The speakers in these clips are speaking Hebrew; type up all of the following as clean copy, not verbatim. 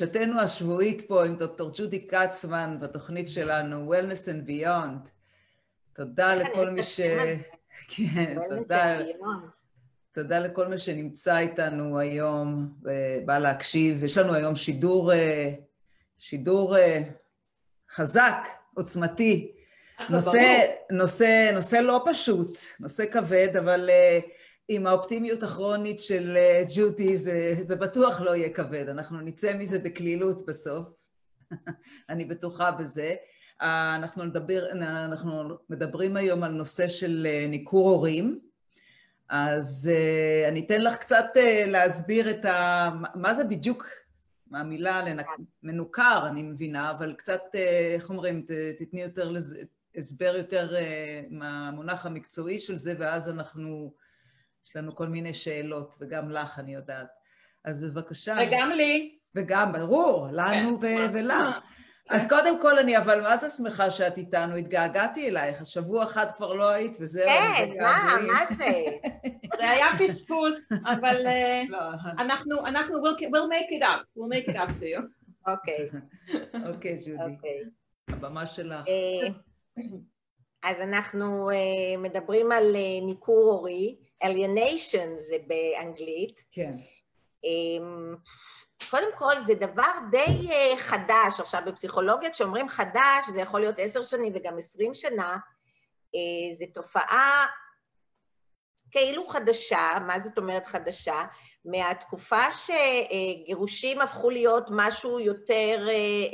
פגישתנו השבועית פה עם דוקטור ג'ודי קצמן בתוכנית שלנו, Wellness and Beyond. תודה לכל מי כן, תודה לכל מי שנמצא איתנו היום ובא להקשיב. יש לנו היום שידור חזק, עוצמתי. נושא לא פשוט, נושא כבד, אבל עם האופטימיות הכרונית של ג'ודי זה בטוח לא יהיה כבד. אנחנו נצא מזה בקלילות בסוף. אני בטוחה בזה. אנחנו מדברים היום על נושא של ניכור הורים. אז אני אתן לך קצת להסביר מה זה בדיוק, מהמילה מנוכר, אני מבינה, אבל קצת, איך אומרים, תתני יותר הסבר יותר מהמונח המקצועי של זה, ואז יש לנו כל מיני שאלות, וגם לך, אני יודעת. אז בבקשה. וגם לי. וגם, ברור, לנו ולה. אז קודם כל אני, אבל מה זה שמחה שאת איתנו? התגעגעתי אלייך, השבוע אחד כבר לא היית, וזהו, אני בגעגועים. מה זה? זה היה פספוס, אבל אנחנו, we'll make it up to you. אוקיי. אוקיי, ג'ודי. הבמה שלך. אז אנחנו מדברים על ניכור הורי, alienation זה באנגלית. כן. קודם כל, זה דבר די חדש. עכשיו, בפסיכולוגיה, כשאומרים חדש, זה יכול להיות 10 שנים וגם 20 שנה. זו תופעה כאילו חדשה. מה זאת אומרת חדשה? מהתקופה שגירושים הפכו להיות משהו יותר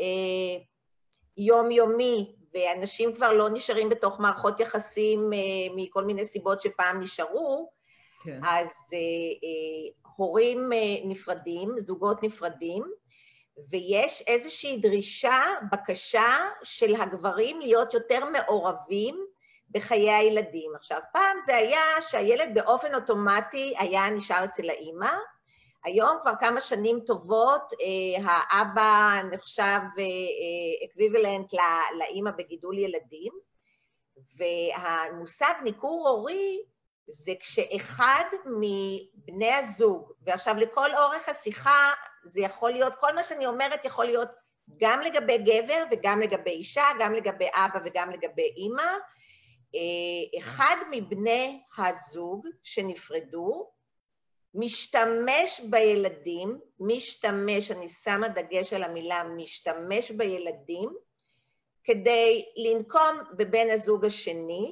יומיומי, ואנשים כבר לא נשארים בתוך מערכות יחסים מכל מיני סיבות שפעם נשארו, כן. אז הורים נפרדים, זוגות נפרדים, ויש איזושהי דרישה, בקשה של הגברים להיות יותר מעורבים בחיי הילדים. עכשיו, פעם זה היה שהילד באופן אוטומטי היה נשאר אצל האמא, היום כבר כמה שנים טובות, האבא נחשב אקוויבלנט לאמא בגידול ילדים, והמושג ניכור הורי זה כשאחד מבני הזוג, ועכשיו לכל אורך השיחה זה יכול להיות, כל מה שאני אומרת יכול להיות גם לגבי גבר וגם לגבי אישה, גם לגבי אבא וגם לגבי אמא, אחד מבני הזוג שנפרדו, משתמש בילדים, אני שמה דגש על המילה משתמש בילדים, כדי לנקום בבן הזוג השני,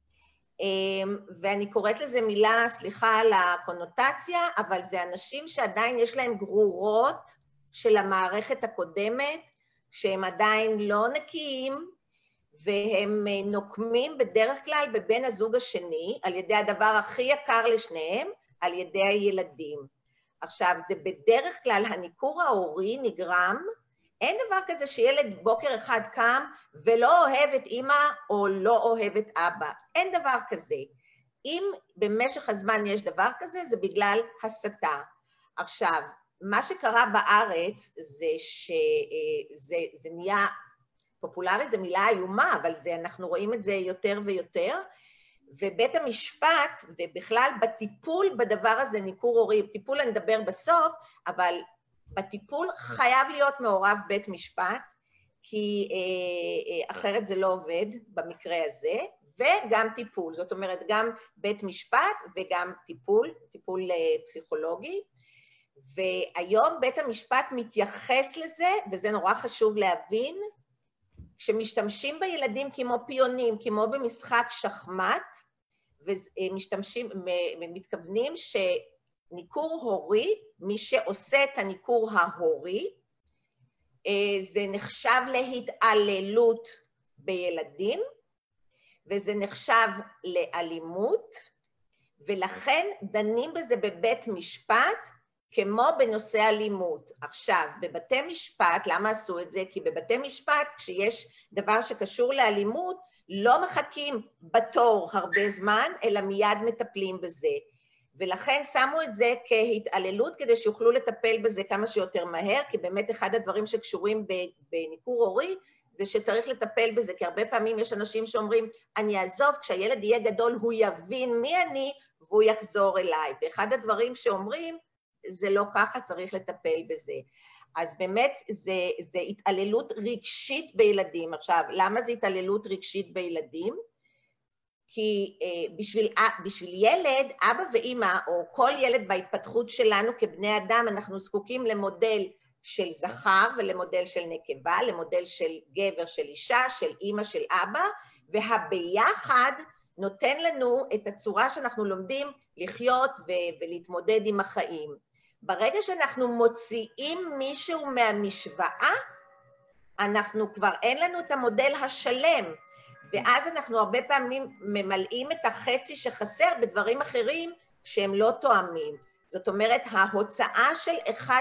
ואני קוראת לזה מילה, סליחה על הקונוטציה, אבל זה אנשים שעדיין יש להם גרורות של המערכת הקודמת, שהם עדיין לא נקיים, והם נוקמים בדרך כלל בבן הזוג השני, על ידי הדבר הכי יקר לשניהם, על ידי הילדים. עכשיו, זה בדרך כלל הניכור ההורי נגרם, אין דבר כזה שילד בוקר אחד קם ולא אוהב את אמא או לא אוהב את אבא. אין דבר כזה. אם במשך הזמן יש דבר כזה, זה בגלל הסתה. עכשיו, מה שקרה בארץ זה שזה נהיה פופולרי, זה מילה איומה, אבל אנחנו רואים את זה יותר ויותר, ובית המשפט, ובכלל בטיפול בדבר הזה, ניכור הורי, טיפול אני אדבר בסוף, אבל בטיפול חייב להיות מעורב בית משפט, כי אחרת זה לא עובד במקרה הזה, וגם טיפול, זאת אומרת גם בית משפט וגם טיפול פסיכולוגי, והיום בית המשפט מתייחס לזה, וזה נורא חשוב להבין, שמשתמשים בילדים כמו פיונים, כמו במשחק שחמט, ומתכוונים שניכור הורי, מי שעושה את הניכור ההורי, זה נחשב להתעללות בילדים, וזה נחשב לאלימות, ולכן דנים בזה בבית משפט, כמו בנושא אלימות. עכשיו, בבתי משפט, למה עשו את זה? כי בבתי משפט, כשיש דבר שקשור לאלימות, לא מחכים בתור הרבה זמן, אלא מיד מטפלים בזה. ולכן שמו את זה כהתעללות, כדי שיוכלו לטפל בזה כמה שיותר מהר, כי באמת אחד הדברים שקשורים בניכור הורי, זה שצריך לטפל בזה, כי הרבה פעמים יש אנשים שאומרים, אני אעזוב, כשהילד יהיה גדול, הוא יבין מי אני, והוא יחזור אליי. ואחד הדברים שאומרים, זה לא ככה, צריך לטפל בזה. אז באמת זה התעללות רגשית בילדים. עכשיו, למה זה התעללות רגשית בילדים? כי בשביל ילד, אבא ואמא, או כל ילד בהתפתחות שלנו כבני אדם, אנחנו זקוקים למודל של זכר ולמודל של נקבה, למודל של גבר, של אישה, של אמא, של אבא, והביחד נותן לנו את הצורה שאנחנו לומדים לחיות ולהתמודד עם החיים. ברגע שאנחנו מוציאים מישהו מהמשוואה, אנחנו כבר אין לנו את המודל השלם, ואז אנחנו הרבה פעמים ממלאים את החצי שחסר בדברים אחרים שהם לא תואמים. זאת אומרת, ההוצאה של אחד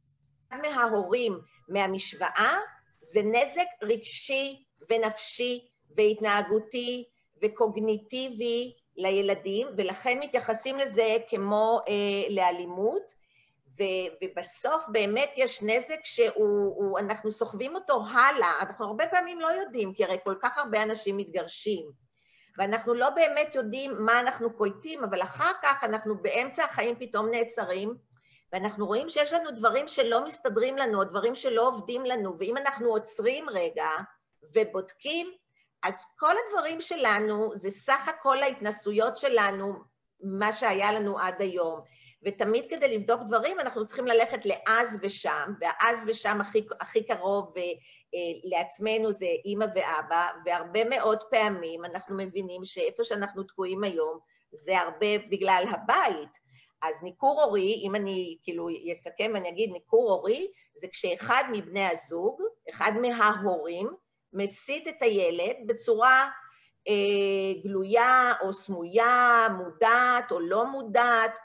מההורים מהמשוואה זה נזק רגשי ונפשי והתנהגותי וקוגניטיבי לילדים, ולכן מתייחסים לזה כמו לאלימות, ובסוף באמת יש נזק שאנחנו סוחבים אותו הלאה. אנחנו הרבה פעמים לא יודעים, כי הרי כל כך הרבה אנשים מתגרשים, ואנחנו לא באמת יודעים מה אנחנו קולטים, אבל אחר כך אנחנו באמצע החיים פתאום נעצרים, ואנחנו רואים שיש לנו דברים שלא מסתדרים לנו, או דברים שלא עובדים לנו, ואם אנחנו עוצרים רגע ובודקים, אז כל הדברים שלנו זה סך הכל ההתנסויות שלנו, מה שהיה לנו עד היום. ותמיד כדי לבדוק דברים אנחנו צריכים ללכת לאז ושם, והאז ושם הכי קרוב לעצמנו זה אמא ואבא, והרבה מאוד פעמים אנחנו מבינים שאיפה שאנחנו תקועים היום זה הרבה בגלל הבית. אז ניכור הורי, אם אני כאילו אסכם ואני אגיד ניכור הורי, זה כשאחד מבני הזוג, אחד מההורים, מסית את הילד בצורה גלויה או סמויה, מודעת או לא מודעת.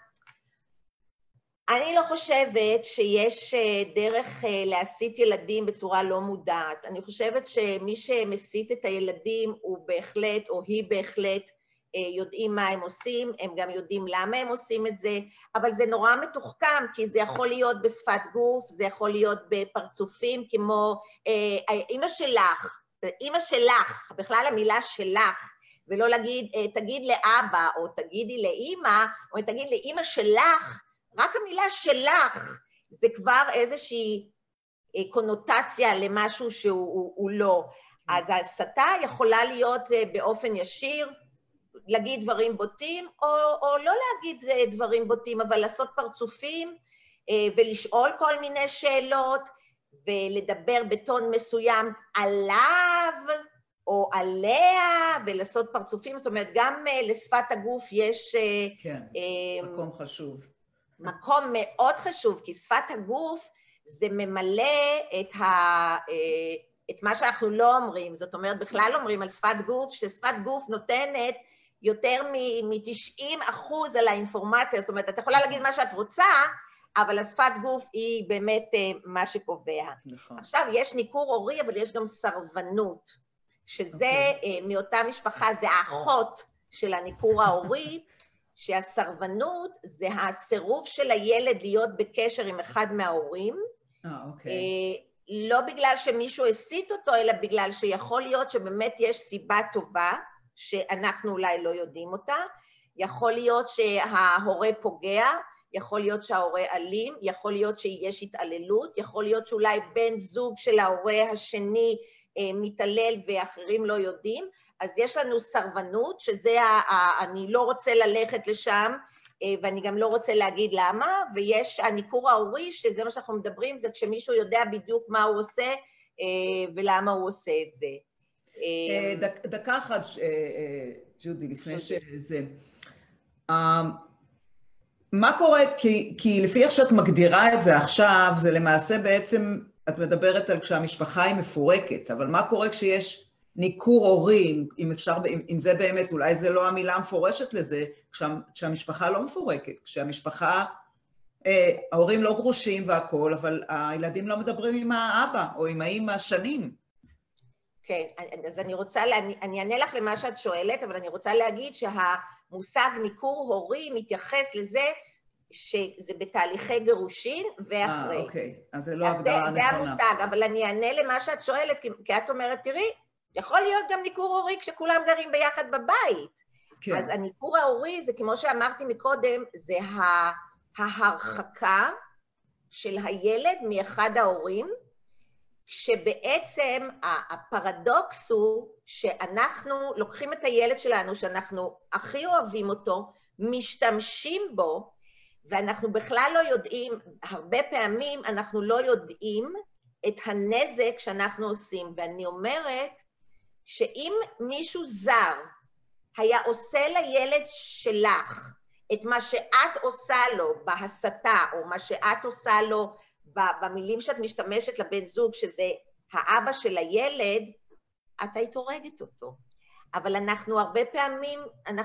אני לא חושבת שיש דרך להסית ילדים בצורה לא מודעת. אני חושבת שמי שמסית את הילדים הוא בהחלט, או היא בהחלט, יודעים מה הם עושים, הם גם יודעים למה הם עושים את זה, אבל זה נורא מתוחכם, כי זה יכול להיות בשפת גוף, זה יכול להיות בפרצופים כמו אמא שלך, בכלל המילה שלך, ולא להגיד, תגיד לאבא, או תגידי לאמא, או תגיד לאמא שלך, רק המילה שלך, זה כבר איזושהי קונוטציה למשהו שהוא לא. אז ההסתה יכולה להיות באופן ישיר, להגיד דברים בוטים, או לא להגיד דברים בוטים, אבל לעשות פרצופים, ולשאול כל מיני שאלות, ולדבר בטון מסוים עליו, או עליה, ולעשות פרצופים. זאת אומרת, גם לשפת הגוף יש... כן, מקום חשוב. מקום מאוד חשוב, כי שפת הגוף זה ממלא את מה שאנחנו לא אומרים. זאת אומרת, בכלל אומרים על שפת גוף, ששפת גוף נותנת יותר מ-90% על האינפורמציה. זאת אומרת, את יכולה להגיד מה שאת רוצה, אבל השפת גוף היא באמת מה שקובע. נכון. עכשיו, יש ניכור הורי, אבל יש גם סרבנות, שזה מאותה משפחה, זה האחות של הניכור ההורי, שהסרבנות זה הסירוב של הילד להיות בקשר עם אחד מההורים, לא בגלל שמישהו הסית אותו, אלא בגלל שיכול להיות שבאמת יש סיבה טובה, שאנחנו אולי לא יודעים אותה, יכול להיות שההורה פוגע, יכול להיות שההורה אלים, יכול להיות שיש התעללות, יכול להיות שאולי בן זוג של ההורה השני מתעלל ואחרים לא יודעים, אז יש לנו סרבנות, שזה אני לא רוצה ללכת לשם, ואני גם לא רוצה להגיד למה, ויש הניכור ההורי, שזה מה שאנחנו מדברים, זה כשמישהו יודע בדיוק מה הוא עושה, ולמה הוא עושה את זה. דקה אחת, ג'ודי, לפני שזה... מה קורה, כי לפי איך שאת מגדירה את זה עכשיו, זה למעשה בעצם, את מדברת על כשהמשפחה היא מפורקת, אבל מה קורה כשיש ניכור הורי, אם אפשר, אם זה באמת, אולי זה לא המילה המפורשת לזה, כשהמשפחה לא מפורקת, כשהמשפחה, ההורים לא גרושים והכל, אבל הילדים לא מדברים עם האבא או עם האמא שנים. כן, אז אני אענה לך למה שאת שואלת, אבל אני רוצה להגיד שהמושג ניכור הורי מתייחס לזה שזה בתהליכי גירושין ואחרי. אוקיי, אז זה לא הגדרה נכונה. זה המושג, אבל אני אענה למה שאת שואלת, כי את אומרת, תראי, יכול להיות גם ניכור הורי כשכולם גרים ביחד בבית. כן. אז הניכור ההורי זה, כמו שאמרתי מקודם, זה ההרחקה של הילד מאחד ההורים, כשבעצם הפרדוקס הוא שאנחנו לוקחים את הילד שלנו, שאנחנו הכי אוהבים אותו, משתמשים בו, ואנחנו בכלל לא יודעים, הרבה פעמים אנחנו לא יודעים את הנזק שאנחנו עושים. ואני אומרת שאם מישהו זר היה עושה לילד שלך את מה שאת עושה לו בהסתה, או מה שאת עושה לו במילים שאת משתמשת לבן זוג, שזה האבא של הילד, את היית הורגת אותו. אבל אנחנו הרבה פעמים,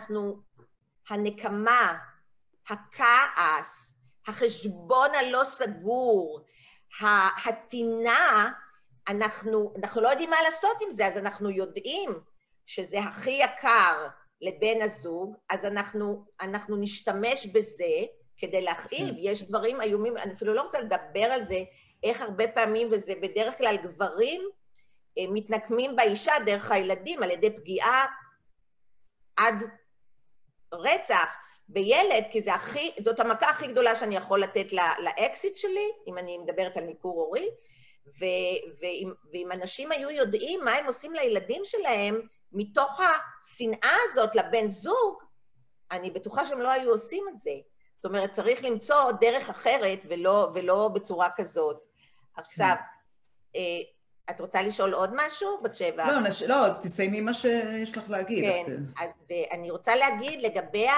הנקמה, הכעס, החשבון הלא סגור, התינה, אנחנו לא יודעים מה לעשות עם זה, אז אנחנו יודעים שזה הכי יקר לבן הזוג, אז אנחנו נשתמש בזה כדי להכאיב. יש דברים איומים, אני אפילו לא רוצה לדבר על זה, איך הרבה פעמים, וזה בדרך כלל גברים, מתנקמים באישה דרך הילדים, על ידי פגיעה עד רצח בילד, כי זאת המכה הכי גדולה שאני יכול לתת לאקסיט שלי, אם אני מדברת על ניכור הורי, ואם אנשים היו יודעים מה הם עושים לילדים שלהם, מתוך השנאה הזאת לבן זוג, אני בטוחה שהם לא היו עושים את זה. זאת אומרת, צריך למצוא דרך אחרת ולא בצורה כזאת. עכשיו, את רוצה לשאול עוד משהו, בת שבע? לא, תסיימי מה שיש לך להגיד. כן, אני רוצה להגיד לגבי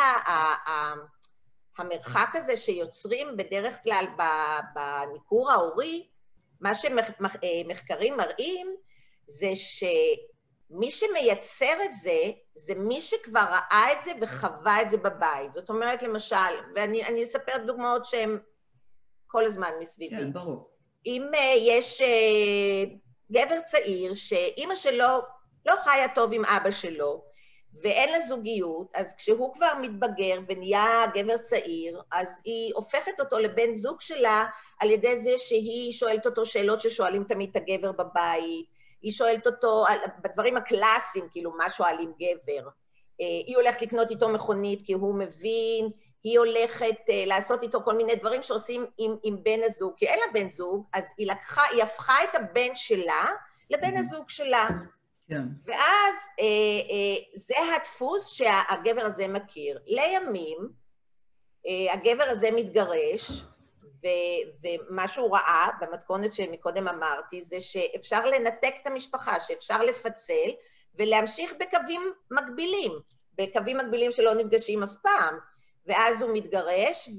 המרחק הזה שיוצרים בדרך כלל בניכור ההורי, מה שמחקרים מראים זה שמי שמייצר את זה, זה מי שכבר ראה את זה וחווה את זה בבית. זאת אומרת, למשל, ואני אספר דוגמאות שהן כל הזמן מסביבי. כן, ברור. אם יש גבר צעיר שאמא שלו לא חיה טוב עם אבא שלו, ואין לה זוגיות, אז כשהוא כבר מתבגר ונהיה גבר צעיר, אז היא הופכת אותו לבן זוג שלה על ידי זה שהיא שואלת אותו שאלות ששואלים תמיד את הגבר בבית, היא שואלת אותו בדברים הקלאסיים, כאילו מה שואלים גבר. היא הולכת לקנות איתו מכונית כי הוא מבין, היא הולכת לעשות איתו כל מיני דברים שעושים עם בן הזוג, כי אין לה בן זוג, אז היא הפכה את הבן שלה לבן הזוג שלה. כן. ואז זה הדפוס שהגבר הזה מכיר. לימים, הגבר הזה מתגרש, ומה שהוא ראה, במתכונת שמקודם אמרתי, זה שאפשר לנתק את המשפחה, שאפשר לפצל, ולהמשיך בקווים מקבילים, בקווים מקבילים שלא נפגשים אף פעם. ואז הוא מתגרש,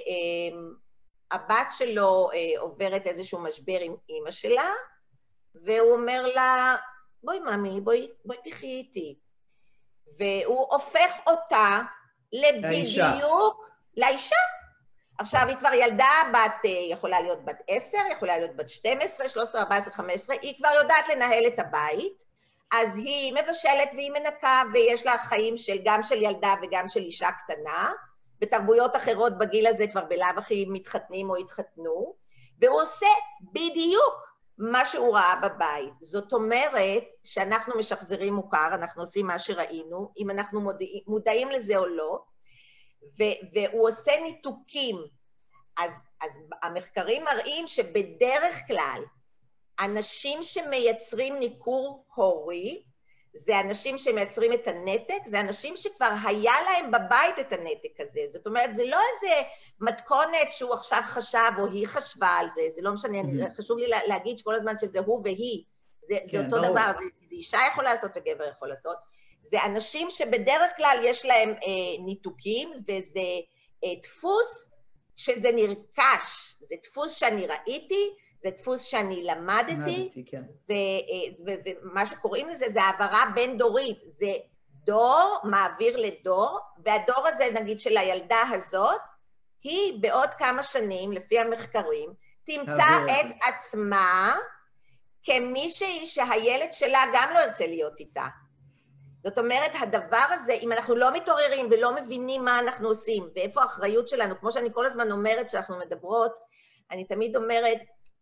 והבת שלו עוברת איזשהו משבר עם אמא שלה, והוא אומר לה, בואי ממי, בואי תחי איתי. והוא הופך אותה לבדיוק לאישה. עכשיו היא כבר ילדה יכולה להיות בת 10, יכולה להיות בת 12, 13, 14, 15, היא כבר יודעת לנהל את הבית, אז היא מבשלת והיא מנקה, ויש לה חיים גם של ילדה וגם של אישה קטנה, בתרבויות אחרות בגיל הזה כבר בלאו הכי מתחתנים או התחתנו, והוא עושה בדיוק מה שהוא ראה בבית. זאת אומרת שאנחנו משחזרים מוכר, אנחנו עושים מה שראינו, אם אנחנו מודעים לזה או לא, והוא עושה ניתוקים. אז המחקרים מראים שבדרך כלל, אנשים שמייצרים ניכור הורי, זה אנשים שמייצרים את הנתק, זה אנשים שכבר היה להם בבית את הנתק הזה. זאת אומרת, זה לא איזה מתכונת שהוא עכשיו חשב או היא חשבה על זה, זה לא משנה, חשוב לי להגיד שכל הזמן שזה הוא והיא, זה אותו דבר, זה אישה יכולה לעשות וגבר יכול לעשות. זה אנשים שבדרך כלל יש להם ניתוקים, וזה דפוס שזה נרכש, זה דפוס שאני ראיתי, זה דפוס שאני למדתי, כן. ומה שקוראים לזה זה העברה בין דורית, זה דור מעביר לדור, והדור הזה נגיד של הילדה הזאת, היא בעוד כמה שנים, לפי המחקרים, תמצא את עצמה כמישהי שהילד שלה גם לא ירצה להיות איתה. זאת אומרת, הדבר הזה, אם אנחנו לא מתעוררים ולא מבינים מה אנחנו עושים, ואיפה האחריות שלנו, כמו שאני כל הזמן אומרת שאנחנו מדברות, אני תמיד אומרת,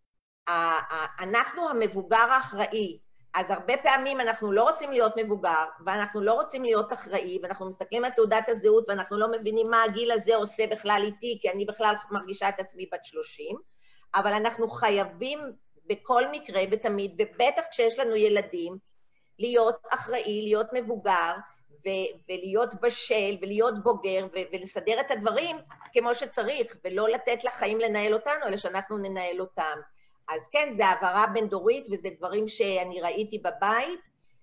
אנחנו המבוגר האחראי, אז הרבה פעמים אנחנו לא רוצים להיות מבוגר, ואנחנו לא רוצים להיות אחראי, ואנחנו מסתכלים על תעודת הזהות, ואנחנו לא מבינים מה הגיל הזה עושה בכלל איתי, כי אני בכלל מרגישה את עצמי בת 30, אבל אנחנו חייבים בכל מקרה ותמיד, ובטח כשיש לנו ילדים, להיות אחראי, להיות מבוגר, ולהיות בשל, ולהיות בוגר, ולסדר את הדברים כמו שצריך, ולא לתת לחיים לנהל אותנו, אלא שאנחנו ננהל אותם. אז כן, זה העברה בין דורית, וזה דברים שאני ראיתי בבית,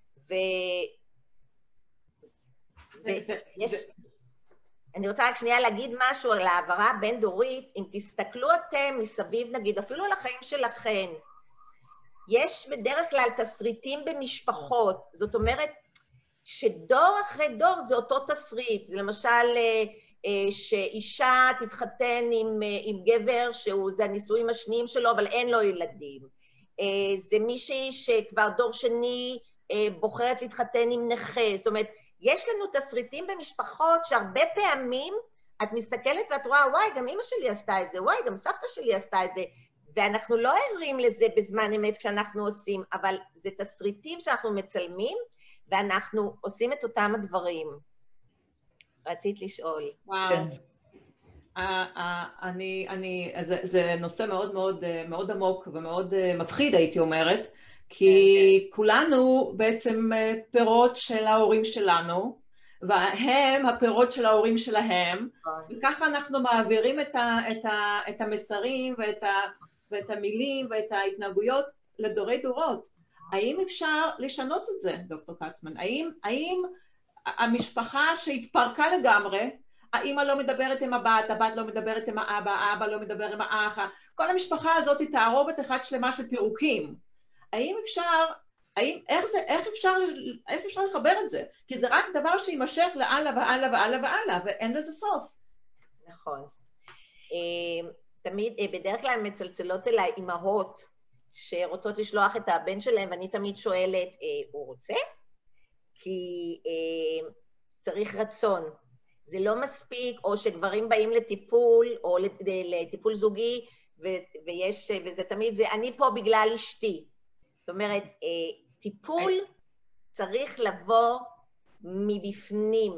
אני רוצה רק שנייה להגיד משהו על העברה בין דורית. אם תסתכלו אתם מסביב, נגיד, אפילו על החיים שלכם, יש בדרך כלל תסריטים במשפחות, זאת אומרת, שדור אחרי דור זה אותו תסריט. זה למשל שאישה תתחתן עם גבר זה הנישואים השניים שלו, אבל אין לו ילדים. זה מישהי שכבר דור שני בוחרת להתחתן עם נכה. זאת אומרת, יש לנו תסריטים במשפחות שהרבה פעמים את מסתכלת ואת רואה, וואי, גם אמא שלי עשתה את זה, וואי, גם סבתא שלי עשתה את זה, ואנחנו לא ערים לזה בזמן אמת כשאנחנו עושים, אבל זה תסריטים שאנחנו מצלמים, ואנחנו עושים את אותם הדברים. רצית לשאול. וואו. זה נושא מאוד מאוד מאוד עמוק ומאוד מפחיד, הייתי אומרת, כי כולנו בעצם פירות של ההורים שלנו, והם הפירות של ההורים שלהם, וככה אנחנו מעבירים את המסרים ואת המילים ואת ההתנהגויות לדורי דורות. האם אפשר לשנות את זה, דוקטור קצמן? האם המשפחה שהתפרקה לגמרי, האמא לא מדברת עם הבת, הבת לא מדברת עם האבא, האבא לא מדבר עם האח, כל המשפחה הזאת היא תערובת אחת שלמה של פירוקים. האם אפשר, איך אפשר לחבר את זה? כי זה רק דבר שימשך לאללה ואללה ואללה ואללה, ואין לזה סוף. נכון. תמיד, בדרך כלל מצלצלות אליי אימהות שרוצות לשלוח את הבן שלהם, ואני תמיד שואלת, הוא רוצה? כי צריך רצון. זה לא מספיק, או שגברים באים לטיפול, או לטיפול זוגי, וזה תמיד זה, אני פה בגלל אשתי. זאת אומרת, טיפול צריך לבוא מבפנים,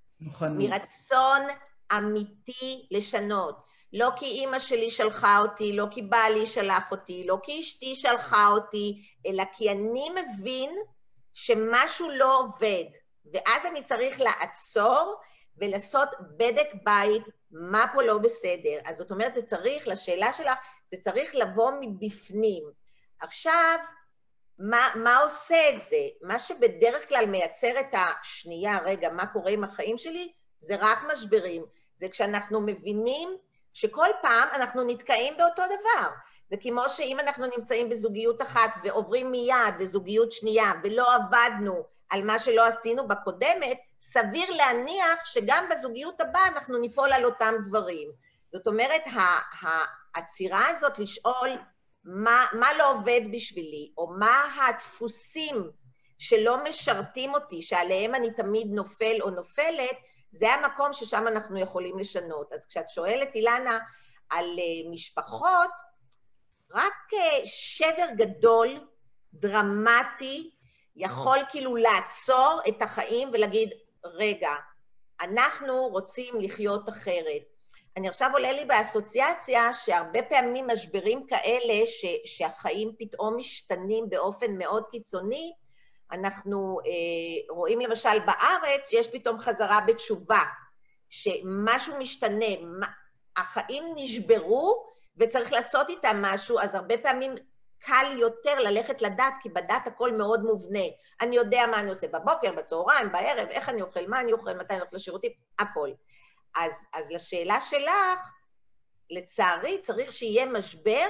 מרצון אמיתי לשנות. לא כי אמא שלי שלחה אותי, לא כי בעלי שלח אותי, לא כי אשתי שלחה אותי, אלא כי אני מבין שמשהו לא עובד, ואז אני צריך לעצור ולעשות בדק בית, מה פה לא בסדר. אז זאת אומרת, זה צריך, לשאלה שלך, זה צריך לבוא מבפנים. עכשיו, מה עושה את זה? מה שבדרך כלל מייצר את השנייה, רגע, מה קורה עם החיים שלי? זה רק משברים. זה כשאנחנו מבינים שכל פעם אנחנו נתקעים באותו דבר. זה כמו שאם אנחנו נמצאים בזוגיות אחת ועוברים מיד לזוגיות שנייה ולא עבדנו על מה שלא עשינו בקודמת, סביר להניח שגם בזוגיות הבאה אנחנו ניפול על אותם דברים. זאת אומרת, העצירה הזאת לשאול מה לא עובד בשבילי, או מה הדפוסים שלא משרתים אותי, שעליהם אני תמיד נופל או נופלת, זה המקום ששם אנחנו יכולים לשנות. אז כשאת שואלת, אילנה, על משפחות, רק שבר גדול, דרמטי, יכול כאילו לעצור את החיים ולהגיד, רגע, אנחנו רוצים לחיות אחרת. אני עכשיו עולה לי באסוציאציה שהרבה פעמים משברים כאלה שהחיים פתאום משתנים באופן מאוד קיצוני, אנחנו רואים למשל בארץ, יש פתאום חזרה בתשובה, שמשהו משתנה, החיים נשברו וצריך לעשות איתם משהו, אז הרבה פעמים קל יותר ללכת לדת, כי בדת הכל מאוד מובנה. אני יודע מה אני עושה בבוקר, בצהריים, בערב, איך אני אוכל, מה אני אוכל, מתי אני הולך לשירותים, הכל. אז לשאלה שלך, לצערי צריך שיהיה משבר,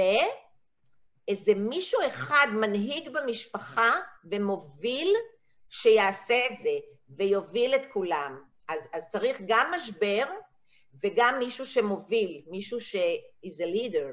ואיזה מישהו אחד מנהיג במשפחה ומוביל שיעשה את זה, ויוביל את כולם. אז צריך גם משבר, וגם מישהו שמוביל, מישהו is a leader.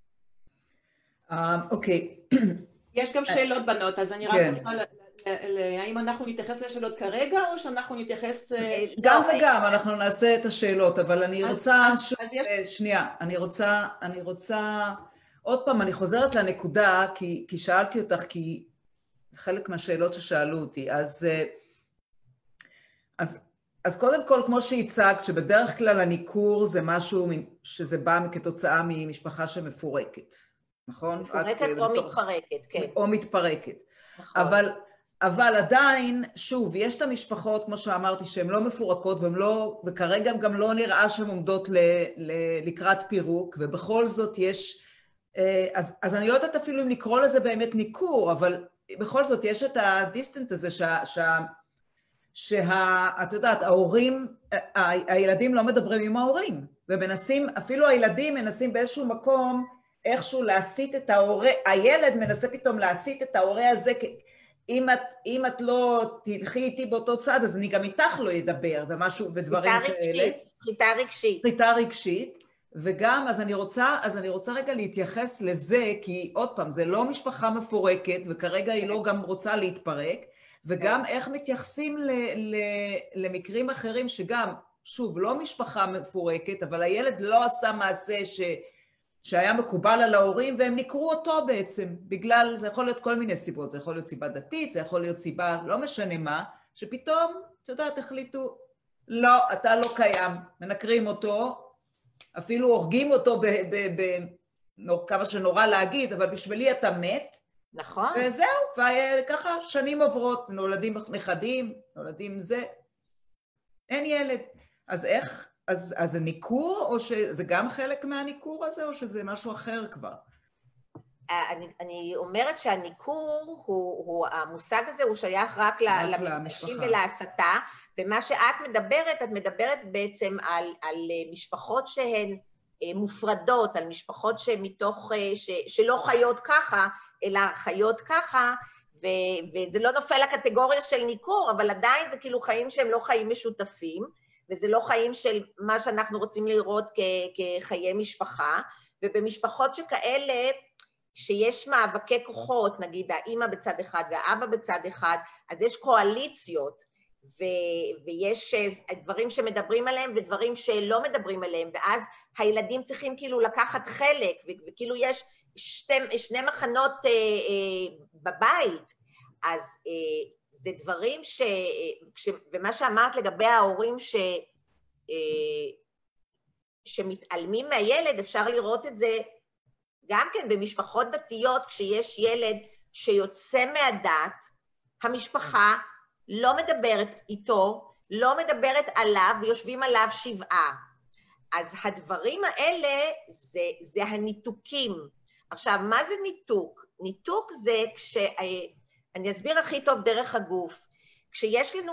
אוקיי. יש גם שאלות בנות, אז אני רק רוצה האם אנחנו נתייחס לשאלות כרגע, או שאנחנו נתייחס... גם וגם, אנחנו נעשה את השאלות, אבל אני רוצה... שנייה, אני רוצה... עוד פעם, אני חוזרת לנקודה, כי שאלתי אותך, כי חלק מהשאלות ששאלו אותי, אז אז קודם כל, כמו שהצגת, שבדרך כלל הניכור זה משהו שזה בא כתוצאה ממשפחה שמפורקת, נכון? מפורקת או מתפרקת, כן. או מתפרקת. נכון. אבל עדיין, שוב, יש את המשפחות, כמו שאמרתי, שהן לא מפורקות, וכרגע גם לא נראה שהן עומדות לקראת פירוק, ובכל זאת יש, אז אני לא יודעת אפילו אם לקרוא לזה באמת ניכור, אבל בכל זאת יש את הדיסטנט הזה את יודעת, הילדים לא מדברים עם ההורים, ומנסים, אפילו הילדים מנסים באיזשהו מקום, איכשהו להסיט את ההורה, הילד מנסה פתאום להסיט את ההורה הזה, אם את לא תלכי איתי באותו צד, אז אני גם איתך לא ידבר, ומשהו, ודברים כאלה. סחיטה רגשית. וגם, אז אני רוצה רגע להתייחס לזה, כי עוד פעם, זה לא משפחה מפורקת, וכרגע היא לא גם רוצה להתפרק, וגם איך מתייחסים למקרים אחרים שגם, שוב, לא משפחה מפורקת, אבל הילד לא עשה מעשה שהיה מקובל על ההורים, והם נקרו אותו בעצם, בגלל, זה יכול להיות כל מיני סיבות, זה יכול להיות סיבה דתית, זה יכול להיות סיבה, לא משנה מה, שפתאום, אתה יודע, תחליטו, לא, אתה לא קיים, מנקרים אותו, אפילו הורגים אותו כמה שנורא להגיד, אבל בשבילי אתה מת, נכון. וזהו, וככה שנים עוברות, נולדים נכדים, נולדים זה, אין ילד. אז איך, אז זה ניכור, או שזה גם חלק מהניכור הזה, או שזה משהו אחר כבר? אני אומרת שהניכור, המושג הזה הוא שייך רק למפגשים ולהסתה, ומה שאת מדברת, את מדברת בעצם על משפחות שהן מופרדות, על משפחות שלא חיות ככה, אלא חיות ככה, וזה לא נופל לקטגוריה של ניכור, אבל עדיין זה כאילו חיים שהם לא חיים משותפים, וזה לא חיים של מה שאנחנו רוצים לראות כחיי משפחה, ובמשפחות שכאלה, שיש מאבקי כוחות, נגיד האמא בצד אחד והאבא בצד אחד, אז יש קואליציות, ויש דברים שמדברים עליהם ודברים שלא מדברים עליהם, ואז הילדים צריכים כאילו לקחת חלק, וכאילו יש שני מחנות בבית, אז זה דברים ומה שאמרת לגבי ההורים שמתעלמים מהילד, אפשר לראות את זה גם כן במשפחות דתיות, כשיש ילד שיוצא מהדת, המשפחה לא מדברת איתו, לא מדברת עליו, ויושבים עליו שבעה. אז הדברים האלה זה הניתוקים. עכשיו, מה זה ניתוק? ניתוק זה אני אסביר הכי טוב דרך הגוף. כשיש לנו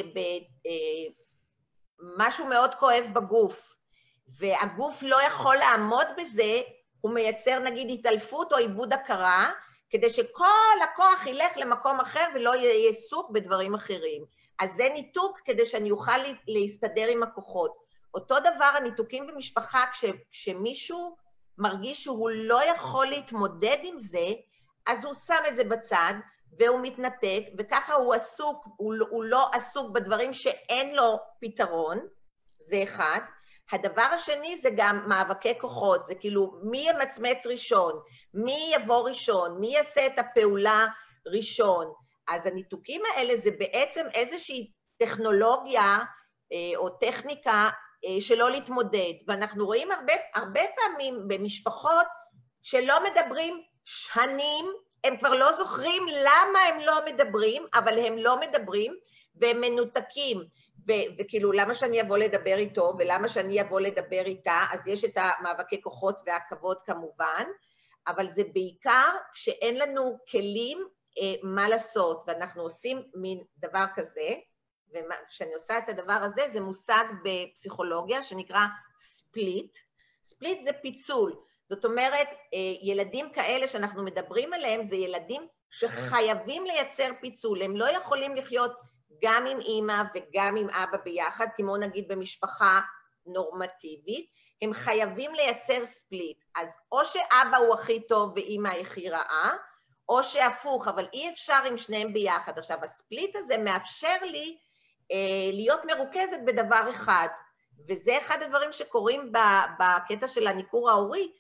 משהו מאוד כואב בגוף, והגוף לא יכול לעמוד בזה, הוא מייצר נגיד התעלפות או איבוד הכרה, כדי שכל הכוח ילך למקום אחר ולא יהיה עסוק בדברים אחרים. אז זה ניתוק כדי שאני אוכל להסתדר עם הכוחות. אותו דבר הניתוקים במשפחה, כשמישהו מרגיש שהוא לא יכול להתמודד עם זה, אז הוא שם את זה בצד, והוא מתנתק, וככה הוא עסוק, הוא לא עסוק בדברים שאין לו פתרון, זה אחד. הדבר השני זה גם מאבקי כוחות, זה כאילו מי ימצמץ ראשון, מי יבוא ראשון, מי יעשה את הפעולה ראשון. אז הניתוקים האלה זה בעצם איזושהי טכנולוגיה או טכניקה שלא להתמודד, ואנחנו רואים הרבה פעמים במשפחות שלא מדברים שנים, הם כבר לא זוכרים למה הם לא מדברים, אבל הם לא מדברים והם מנותקים. וכאילו, למה שאני אבוא לדבר איתו, ולמה שאני אבוא לדבר איתה, אז יש את המאבקי כוחות והכבוד כמובן, אבל זה בעיקר שאין לנו כלים מה לעשות, ואנחנו עושים מין דבר כזה, וכשאני עושה את הדבר הזה, זה מושג בפסיכולוגיה שנקרא ספליט. ספליט זה פיצול, זאת אומרת, ילדים כאלה שאנחנו מדברים עליהם, זה ילדים שחייבים לייצר פיצול, הם לא יכולים לחיות גם עם אמא וגם עם אבא ביחד, כמו נגיד במשפחה נורמטיבית, הם חייבים לייצר ספליט. אז או שאבא הוא הכי טוב ואמא הכי רעה, או שהפוך, אבל אי אפשר עם שניהם ביחד. עכשיו, הספליט הזה מאפשר לי להיות מרוכזת בדבר אחד, וזה אחד הדברים שקורים בקטע של הניכור ההורי,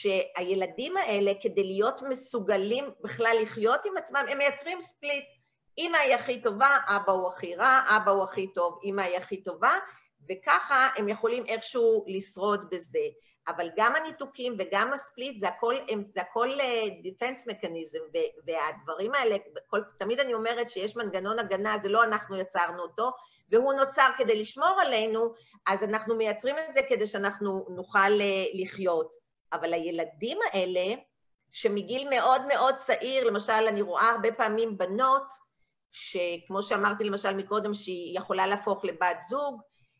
שהילדים האלה, כדי להיות מסוגלים בכלל לחיות עם עצמם, הם מייצרים ספליט. אמא היא הכי טובה, אבא הוא הכי רע, אבא הוא הכי טוב, אמא היא הכי טובה, וככה הם יכולים איכשהו לשרוד בזה. אבל גם הניתוקים וגם הספליט, זה הכל דיפנס מקניזם, והדברים האלה, תמיד אני אומרת שיש מנגנון הגנה, זה לא אנחנו יצרנו אותו, והוא נוצר כדי לשמור עלינו, אז אנחנו מייצרים את זה כדי שאנחנו נוכל לחיות. אבל הילדים האלה, שמגיל מאוד מאוד צעיר, למשל אני רואה הרבה פעמים בנות, שכמו שאמרתי למשל מקודם, שהיא יכולה להפוך לבת זוג,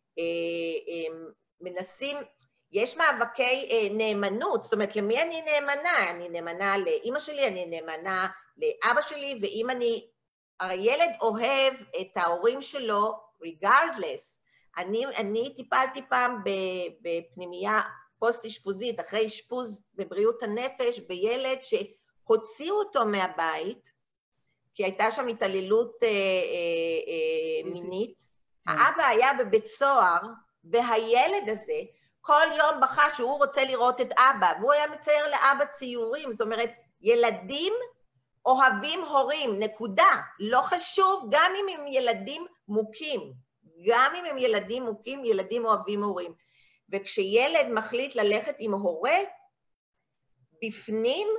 מנסים, יש מאבקי נאמנות, זאת אומרת, למי אני נאמנה? אני נאמנה לאמא שלי, אני נאמנה לאבא שלי, ואם הילד אוהב את ההורים שלו, regardless, אני טיפלתי פעם בפנימייה פוסט-אשפוזית, אחרי אשפוז בבריאות הנפש, בילד שהוציאו אותו מהבית, כי הייתה שם התעללות מינית, האבא היה בבית סוהר, והילד הזה כל יום בכה שהוא רוצה לראות את אבא, והוא היה מצייר לאבא ציורים, זאת אומרת, ילדים אוהבים הורים, נקודה, לא חשוב, גם אם הם ילדים מוכים, גם אם הם ילדים מוכים, ילדים אוהבים הורים. וכשילד מחליט ללכת עם הורה, בפנים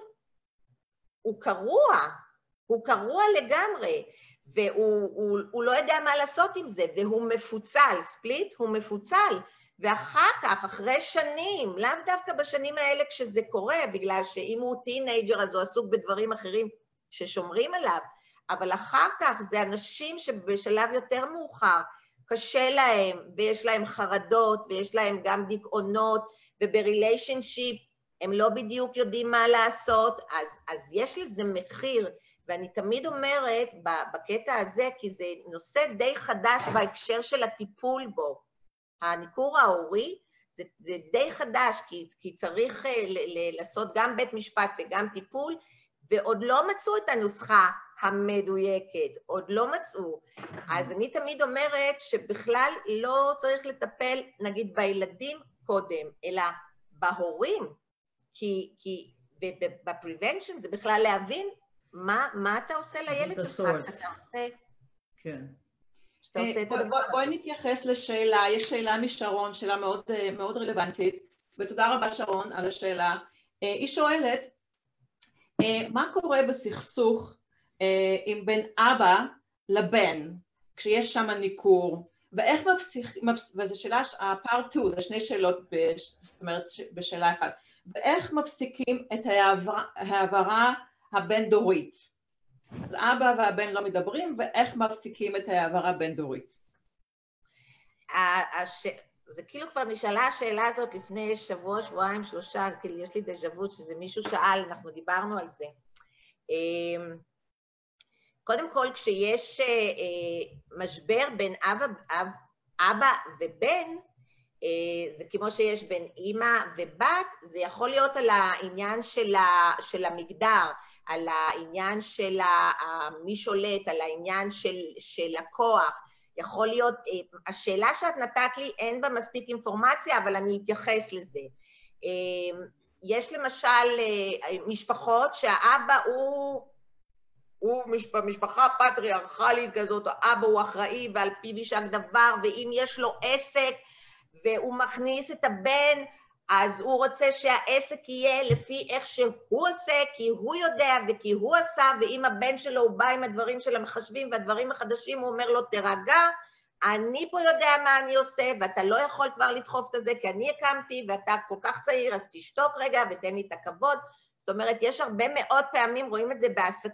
הוא קרוע לגמרי, והוא לא יודע מה לעשות עם זה, והוא מפוצל, ספליט הוא מפוצל, ואחר כך, אחרי שנים, לאו דווקא בשנים האלה כשזה קורה, בגלל שאם הוא טינג'ר אז הוא עסוק בדברים אחרים ששומרים עליו, אבל אחר כך זה אנשים שבשלב יותר מאוחר, קשה להם, ויש להם חרדות, ויש להם גם דיכאונות, ובריליישנשיפ הם לא בדיוק יודעים מה לעשות, אז יש לזה מחיר, ואני תמיד אומרת בקטע הזה, כי זה נושא די חדש בהקשר של הטיפול בו, הניכור ההורי זה די חדש, כי צריך לעשות גם בית משפט וגם טיפול, ועוד לא מצאו את הנוסחה המדויקת, עוד לא מצאו. אז אני תמיד אומרת שבכלל לא צריך לטפל, נגיד, בילדים קודם, אלא בהורים, כי בפריבנשן זה בכלל להבין מה אתה עושה לילד שלך, אתה עושה... כן. בואי נתייחס לשאלה, יש שאלה משרון, שאלה מאוד, מאוד רלוונטית, ותודה רבה שרון על השאלה. היא שואלת, מה קורה בסכסוך עם בין אבא לבן, כשיש שם ניכור, ואיך וזו שאלה, הפארט 2, זה שני שאלות, זאת אומרת בשאלה אחת, ואיך מפסיקים את העברה הבין-דורית? אז אבא והבן לא מדברים, ואיך מפסיקים את העברה בין-דורית? זה כאילו כבר נשאלה השאלה הזאת לפני שבוע, שבועיים, שלושה, כאילו יש לי דז'ה-וו שזה מישהו שאל, אנחנו דיברנו על זה. קודם כל, כשיש משבר בין אבא ובן, זה כמו שיש בין אמא ובת, זה יכול להיות על העניין של המגדר, על העניין של מי שולט, על העניין של הכוח. יכול להיות, השאלה שאת נתת לי אין בה מספיק אינפורמציה, אבל אני אתייחס לזה. יש למשל משפחות שהאבא הוא משפחה פטריארכלית כזאת, האבא הוא אחראי ועל פיו יישק דבר, ואם יש לו עסק והוא מכניס את הבן, אז הוא רוצה שהעסק יהיה לפי איך שהוא עושה, כי הוא יודע וכי הוא עשה, ואם הבן שלו הוא בא עם הדברים של המחשבים והדברים החדשים, הוא אומר לו, תרגע, אני פה יודע מה אני עושה, ואתה לא יכול כבר לדחוף את זה, כי אני הקמתי, ואתה כל כך צעיר, אז תשתוק רגע ותן לי את הכבוד. זאת אומרת, יש הרבה מאוד פעמים, רואים את זה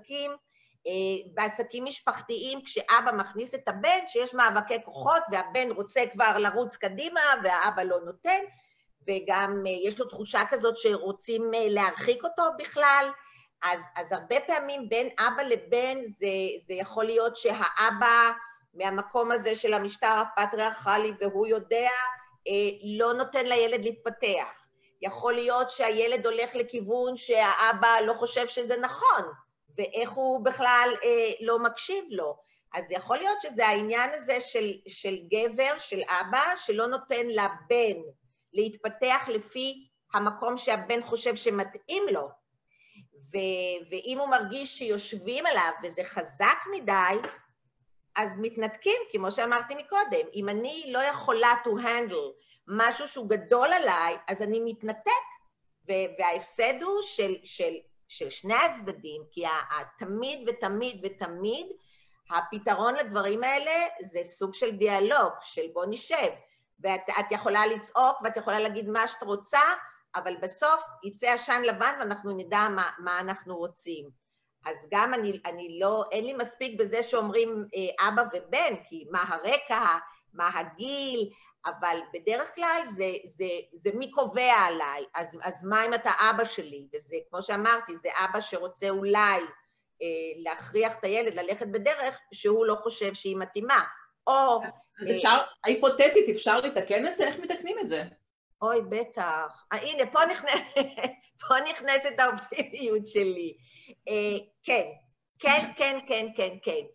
בעסקים משפחתיים, כשאבא מכניס את הבן, שיש מאבקי כוחות, והבן רוצה כבר לרוץ קדימה, והאבא לא נותן, וגם יש לו תחושה כזאת שרוצים להרחיק אותו בכלל, אז הרבה פעמים בין אבא לבן זה יכול להיות שהאבא מהמקום הזה של המשטר הפטריארכלי והוא יודע, לא נותן לילד להתפתח. יכול להיות שהילד הולך לכיוון שהאבא לא חושב שזה נכון, ואיך הוא בכלל לא מקשיב לו. אז יכול להיות שזה העניין הזה של גבר, של אבא, שלא נותן לבן להתפתח לפי המקום שהבן חושב שמתאים לו. ואם הוא מרגיש שיושבים עליו וזה חזק מדי, אז מתנתקים, כמו שאמרתי מקודם. אם אני לא יכולה to handle משהו שהוא גדול עליי, אז אני מתנתק, וההפסד הוא של שני הצדדים, כי תמיד ותמיד ותמיד, הפתרון לדברים האלה זה סוג של דיאלוג, של בוא נשב, ואת יכולה לצעוק ואת יכולה להגיד מה שאת רוצה, אבל בסוף יצא עשן לבן ואנחנו נדע מה אנחנו רוצים. אז גם אין לי מספיק בזה שאומרים אבא ובן, כי מה הרקע, מה הגיל, אבל בדרך כלל זה מי קובע עליי, אז מה אם אתה אבא שלי? וזה, כמו שאמרתי, זה אבא שרוצה אולי להכריח את הילד ללכת בדרך שהוא לא חושב שהיא מתאימה. או... אז אפשר, היפותטית, אפשר לתקן את זה? איך מתקנים את זה? אוי, בטח. הנה, פה נכנסת האופטימיות שלי. כן, כן, כן, כן, כן, כן.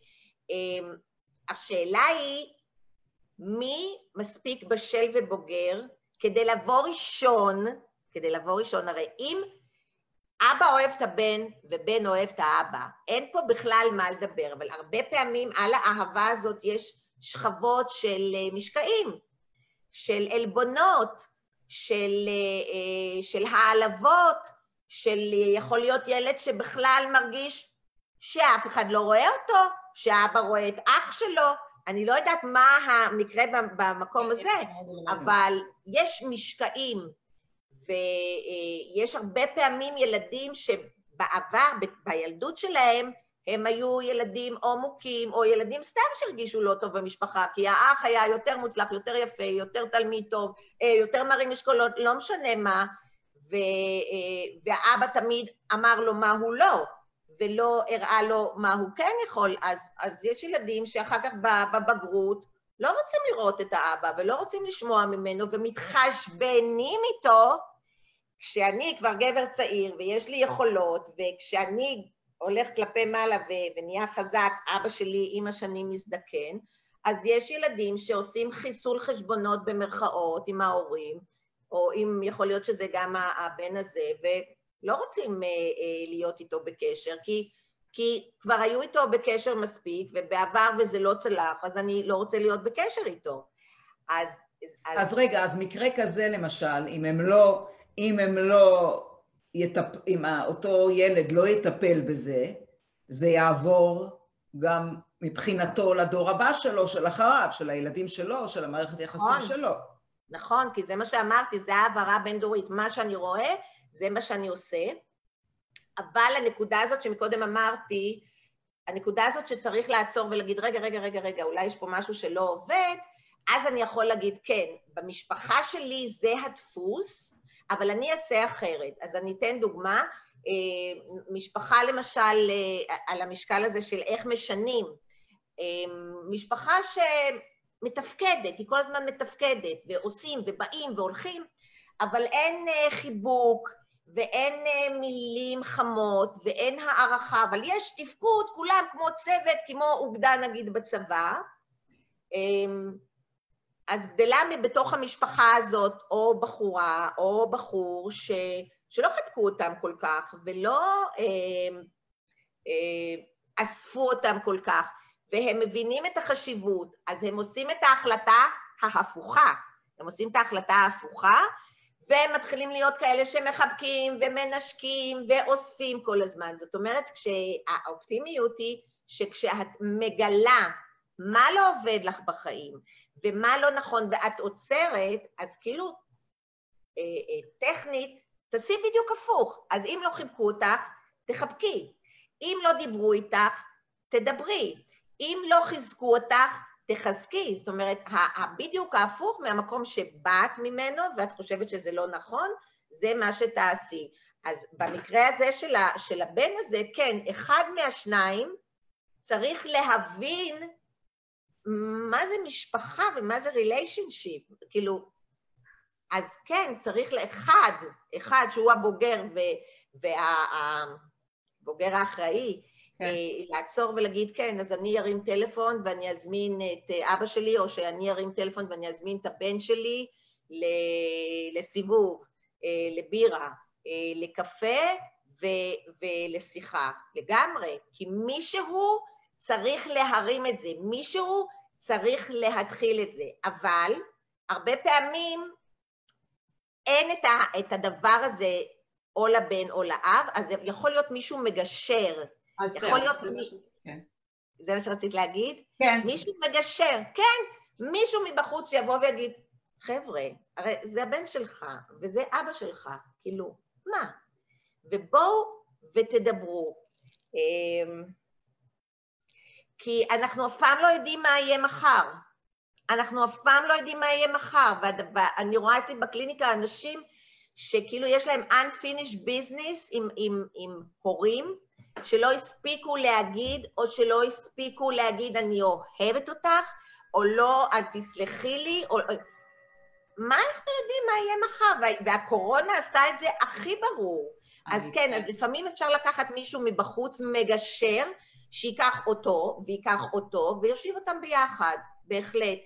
השאלה היא, מי מספיק בשל ובוגר כדי לבוא ראשון, הרי אם אבא אוהב את הבן ובן אוהב את האבא, אין פה בכלל מה לדבר, אבל הרבה פעמים על האהבה הזאת יש שכבות של משקעים, של אלבונות, של העלבות, יכול להיות ילד שבכלל מרגיש שאף אחד לא רואה אותו, שאבא רואה את אח שלו, אני לא יודעת מה המקרה במקום הזה, אבל יש משקעים, ויש הרבה פעמים ילדים שבעבר, בילדות שלהם, הם היו ילדים או מוכים, או ילדים סתם שהרגישו לא טוב במשפחה, כי האח היה יותר מוצלח, יותר יפה, יותר תלמיד טוב, יותר מרים משקולות, לא משנה מה, והאבא תמיד אמר לו מה הוא לא, ולא הראה לו מה הוא כן יכול, אז יש ילדים שאחר כך בבגרות לא רוצים לראות את האבא, ולא רוצים לשמוע ממנו, ומתחשבנים איתו, כשאני כבר גבר צעיר, ויש לי יכולות, וכשאני הולך כלפי מעלה ונהיה חזק, אבא שלי עם השנים מזדקן, אז יש ילדים שעושים חיסול חשבונות במרכאות עם ההורים, או אם יכול להיות שזה גם הבן הזה, ולא רוצים להיות איתו בקשר, כי כבר היו איתו בקשר מספיק, ובעבר וזה לא צלח, אז אני לא רוצה להיות בקשר איתו. אז רגע, אז מקרה כזה למשל, אם אותו ילד לא יטפל בזה, זה יעבור גם מבחינתו לדור הבא שלו, של אחריו, של הילדים שלו, של המערכת היחסים שלו. נכון, כי זה מה שאמרתי, זה העברה בין דורית. מה שאני רואה, זה מה שאני עושה. אבל הנקודה הזאת שמקודם אמרתי, הנקודה הזאת שצריך לעצור ולהגיד, רגע, אולי יש פה משהו שלא עובד, אז אני יכול להגיד, כן, במשפחה שלי זה הדפוס, אבל אני אעשה אחרת. אז אני אתן דוגמה, משפחה למשל, על המשקל הזה של איך משנים, משפחה שמתפקדת, היא כל הזמן מתפקדת, ועושים ובאים והולכים, אבל אין חיבוק, ואין מילים חמות, ואין הערכה, אבל יש תפקוד, כולם כמו צוות, כמו אוגדה נגיד בצבא, אז גדלה בתוך המשפחה הזאת, או בחורה, או בחור, שלא חיבקו אותם כל כך, ולא אספו אותם כל כך, והם מבינים את החשיבות, אז הם עושים את ההחלטה ההפוכה, הם עושים את ההחלטה ההפוכה, והם מתחילים להיות כאלה שמחבקים ומנשקים ואוספים כל הזמן. זאת אומרת, האופטימיות היא שכשאת מגלה מה לא עובד לך בחיים, ומה לא נכון ואת עוצרת, אז כאילו טכנית, תעשי בדיוק הפוך. אז אם לא חיבקו אותך, תחבקי. אם לא דיברו איתך, תדברי. אם לא חיזקו אותך, תחזקי. זאת אומרת, בדיוק ההפוך מהמקום שבאת ממנו, ואת חושבת שזה לא נכון, זה מה שתעשי. אז במקרה הזה של הבן הזה, כן, אחד מהשניים צריך להבין מה זה משפחה ומה זה ריליישנשיפ, כאילו, אז כן, צריך אחד שהוא הבוגר והבוגר האחראי, לעצור ולהגיד, כן, אז אני ארים טלפון ואני אזמין את אבא שלי, או שאני ארים טלפון ואני אזמין את הבן שלי לסיבוב, לבירה, לקפה, ולשיחה, לגמרי, כי מישהו צריך להרים את זה, מישהו צריך להתחיל את זה, אבל הרבה פעמים אין את הדבר הזה או לבן או לאב, אז יכול להיות מישהו מגשר, יכול להיות זה מה שרצית להגיד? כן. מישהו מגשר, כן, מישהו מבחוץ שיבוא ויגיד, חבר'ה, הרי זה הבן שלך, וזה אבא שלך, כאילו, מה? ובואו ותדברו. כי אנחנו אף פעם לא יודעים מה יהיה מחר. אנחנו אף פעם לא יודעים מה יהיה מחר, ואני רואה אצלי בקליניקה אנשים שכאילו יש להם unfinished business עם הורים, שלא הספיקו להגיד, או שלא הספיקו להגיד, אני אוהבת אותך, או לא, את תסלחי לי, או... מה אנחנו יודעים מה יהיה מחר? והקורונה עשתה את זה הכי ברור. אז כן, אז לפעמים אפשר לקחת מישהו מבחוץ מגשר, שיקח אותו, ויקח אותו, ויושיב אותם ביחד, בהחלט.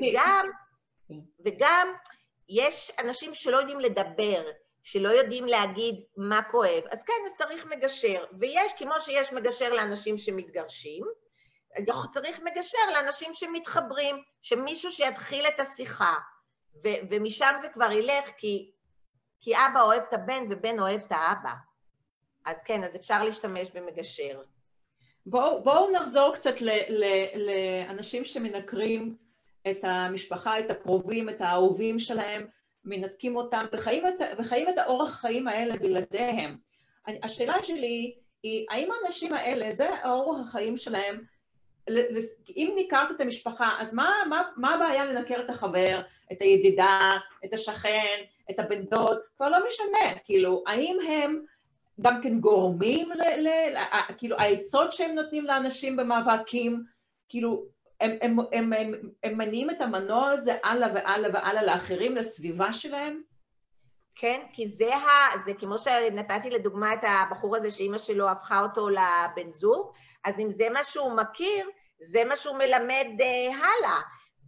וגם יש אנשים שלא יודעים לדבר, שלא יודעים להגיד מה כואב, אז כן, אז צריך מגשר, ויש, כמו שיש מגשר לאנשים שמתגרשים, צריך מגשר לאנשים שמתחברים, שמישהו שיתחיל את השיחה, ומשם זה כבר ילך, כי אבא אוהב את הבן ובן אוהב את האבא. אז כן, אז אפשר להשתמש במגשר. בואו נחזור קצת לאנשים שמנקרים את המשפחה, את הקרובים, את האהובים שלהם, מנתקים אותם, וחיים את האורח החיים האלה בלעדיהם. השאלה שלי היא, האם האנשים האלה, זה האורח החיים שלהם, אם ניכרת את המשפחה, אז מה הבעיה לנקר את החבר, את הידידה, את השכן, את הבן דוד? כבר לא משנה, כאילו, האם הם גם כן גורמים, כאילו, העצות שהם נותנים לאנשים במאבקים, כאילו, הם מניעים את המנוע הזה הלאה והלאה והלאה לאחרים, לסביבה שלהם? כן, כי זה כמו שנתתי לדוגמה את הבחור הזה שאמא שלו הפכה אותו לבן זוג, אז אם זה מה שהוא מכיר, זה מה שהוא מלמד הלאה.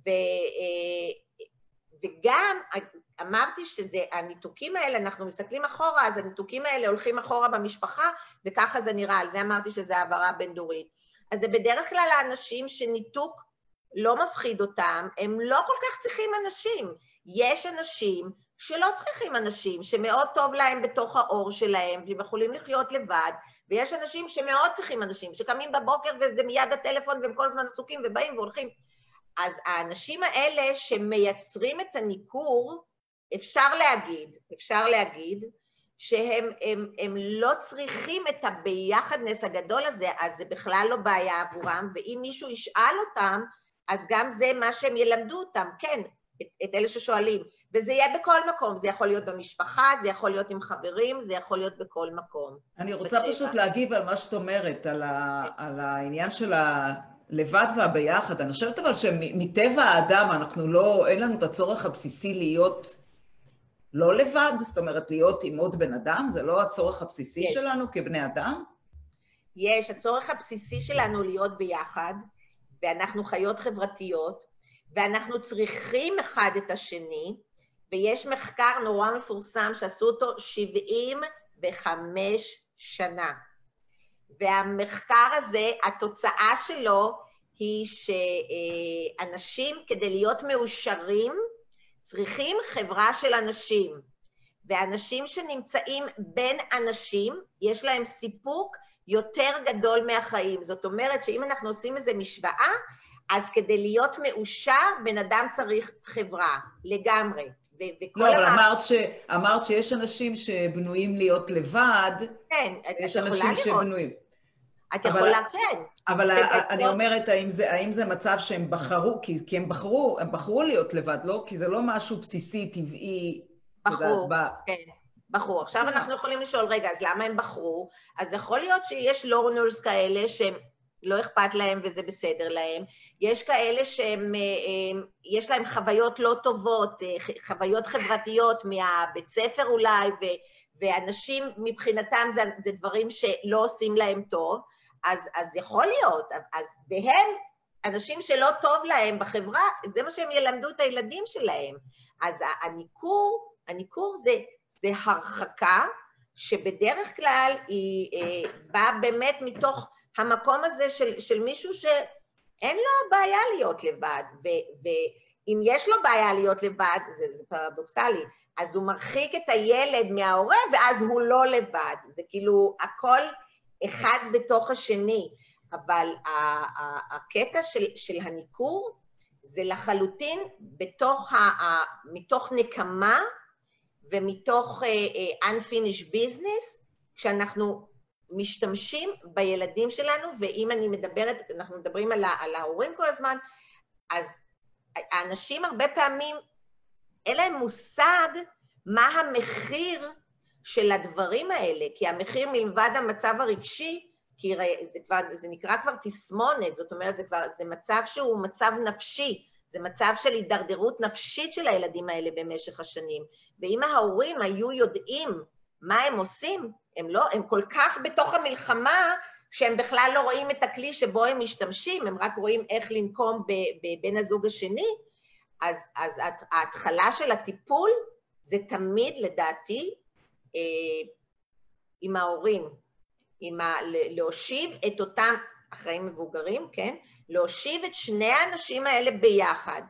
וגם אמרתי שזה, הניתוקים האלה, אנחנו מסתכלים אחורה, אז הניתוקים האלה הולכים אחורה במשפחה, וככה זה נראה, על זה אמרתי שזה העברה בין דורית. אז זה בדרך כלל האנשים שניתוק לא מפחיד אותם, הם לא כל כך צריכים אנשים. יש אנשים שלא צריכים אנשים, שמאוד טוב להם בתוך האור שלהם, והם יכולים לחיות לבד, ויש אנשים שמאוד צריכים אנשים, שקמים בבוקר וזה מיד הטלפון, והם כל הזמן עסוקים ובאים והולכים. אז האנשים האלה שמייצרים את הניכור, אפשר להגיד שהם לא צריכים את הביחדנס הגדול הזה, אז זה בכלל לא בעיה עבורם, ואם מישהו ישאל אותם, אז גם זה מה שהם ילמדו אותם, כן, את אלה ששואלים, וזה יהיה בכל מקום, זה יכול להיות במשפחה, זה יכול להיות עם חברים, זה יכול להיות בכל מקום. אני רוצה פשוט להגיב על מה שאת אומרת, על העניין של הלבד והביחד. אני חושבת אבל שמטבע האדם אין לנו את הצורך הבסיסי להיות לא לבד, זאת אומרת להיות עם עוד בן אדם, זה לא הצורך הבסיסי שלנו כבני אדם? יש, הצורך הבסיסי שלנו להיות ביחד, ואנחנו חיות חברתיות, ואנחנו צריכים אחד את השני, ויש מחקר נורא מפורסם שעשו אותו 75 שנה. והמחקר הזה, התוצאה שלו היא שאנשים כדי להיות מאושרים, צריכים חברה של אנשים. ואנשים שנמצאים בין אנשים, יש להם סיפוק יותר גדול מהחיים. זאת אומרת שאם אנחנו עושים איזו משוואה, אז כדי להיות מאושר, בן אדם צריך חברה, לגמרי. לא, אבל אמרת שיש אנשים שבנויים להיות לבד, כן, יש אנשים שבנויים. את יכולה, כן. אבל אני אומרת, האם זה מצב שהם בחרו, כי הם בחרו להיות לבד, לא? כי זה לא משהו בסיסי, טבעי. בחרו, כן, בחרו. עכשיו אנחנו יכולים לשאול, רגע, אז למה הם בחרו? אז יכול להיות שיש לורנרס כאלה שהם לא אכפת להם וזה בסדר להם. יש כאלה שיש להם חוויות לא טובות, חוויות חברתיות מהבית ספר אולי, ואנשים מבחינתם זה דברים שלא עושים להם טוב, אז יכול להיות, אז והם, אנשים שלא טוב להם בחברה, זה מה שהם ילמדו את הילדים שלהם. אז הניכור זה הרחקה שבדרך כלל היא באה באמת מתוך המקום הזה של מישהו שאין לו בעיה להיות לבד, ואם יש לו בעיה להיות לבד, זה פרדוקסלי, אז הוא מרחיק את הילד מההורה, ואז הוא לא לבד. זה כאילו הכל אחד בתוך השני, אבל הקטע של הניכור, זה לחלוטין מתוך נקמה, ומתוך unfinished business, כשאנחנו משתמשים בילדים שלנו, ואם אנחנו מדברים על ההורים כל הזמן, אז האנשים הרבה פעמים, אין להם מושג מה המחיר של הדברים האלה, כי המחיר מלבד המצב הרגשי, כי זה נקרא כבר תסמונת, זאת אומרת, זה מצב שהוא מצב נפשי, זה מצב של הידרדרות נפשית של הילדים האלה במשך השנים. ואם ההורים היו יודעים מה הם עושים, הם כל כך בתוך המלחמה, שהם בכלל לא רואים את הכלי שבו הם משתמשים, הם רק רואים איך לנקום בבן הזוג השני, אז ההתחלה של הטיפול, זה תמיד לדעתי, עם ההורים, להושיב את אותם אחראים מבוגרים, כן? להושיב את שני האנשים האלה ביחד,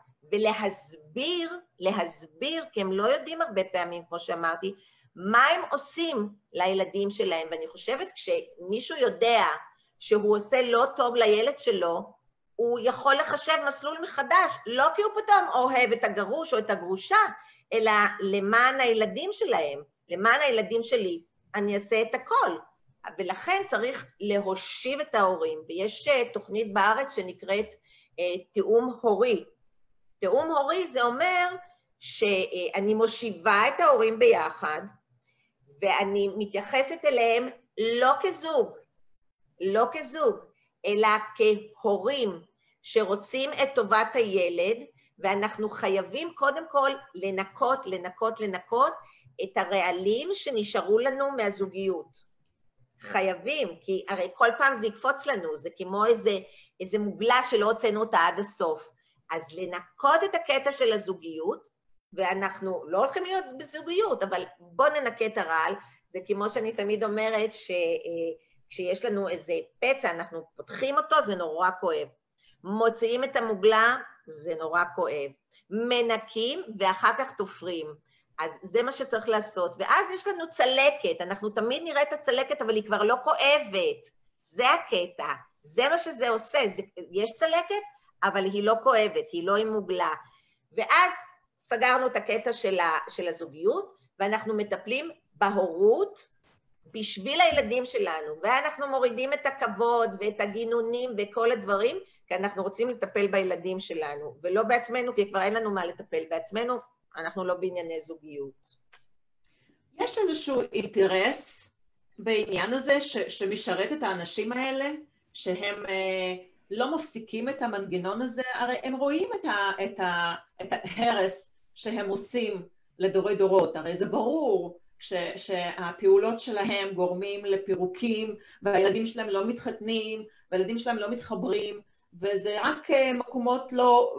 ולהסביר, כי הם לא יודעים הרבה פעמים, כמו שאמרתי, מה הם עושים לילדים שלהם, ואני חושבת כשמישהו יודע שהוא עושה לא טוב לילד שלו, הוא יכול לחשב מסלול מחדש, לא כי הוא פתאום אוהב את הגרוש או את הגרושה, אלא למען הילדים שלהם, למען הילדים שלי, אני אעשה את הכל. ולכן צריך להושיב את ההורים, ויש תוכנית בארץ שנקראת תיאום הורי. תיאום הורי זה אומר שאני מושיבה את ההורים ביחד, ואני מתייחסת אליהם לא כזוג, אלא כהורים שרוצים את טובת הילד, ואנחנו חייבים קודם כל לנקות את הרעלים שנשארו לנו מהזוגיות. חייבים, כי הרי כל פעם זה יקפוץ לנו, זה כמו איזה מוגלה שלא הוצאנו אותה עד הסוף. אז לנקות את הקטע של הזוגיות, ואנחנו לא הולכים להיות בזוגיות, אבל בוא ננקה את הרעל, זה כמו שאני תמיד אומרת, שכשיש לנו איזה פצע, אנחנו פותחים אותו, זה נורא כואב. מוציאים את המוגלה, זה נורא כואב. מנקים ואחר כך תופרים. אז זה מה שצריך לעשות, ואז יש לנו צלקת, אנחנו תמיד נראה את הצלקת, אבל היא כבר לא כואבת, זה הקטע, זה מה שזה עושה, יש צלקת, אבל היא לא כואבת, היא לא עם מוגלה, ואז סגרנו את הקטע של הזוגיות, ואנחנו מטפלים בהורות בשביל הילדים שלנו, ואנחנו מורידים את הכבוד ואת הגינונים וכל הדברים, כי אנחנו רוצים לטפל בילדים שלנו, ולא בעצמנו, כי כבר אין לנו מה לטפל בעצמנו, אנחנו לא בענייני זוגיות. יש איזשהו אינטרס בעניין הזה שמשרת את האנשים האלה, שהם לא מפסיקים את המנגנון הזה, הרי הם רואים את ההרס שהם עושים לדורי דורות, הרי זה ברור שהפעולות שלהם גורמים לפירוקים, והילדים שלהם לא מתחתנים, והילדים שלהם לא מתחברים, וזה רק מקומות לא,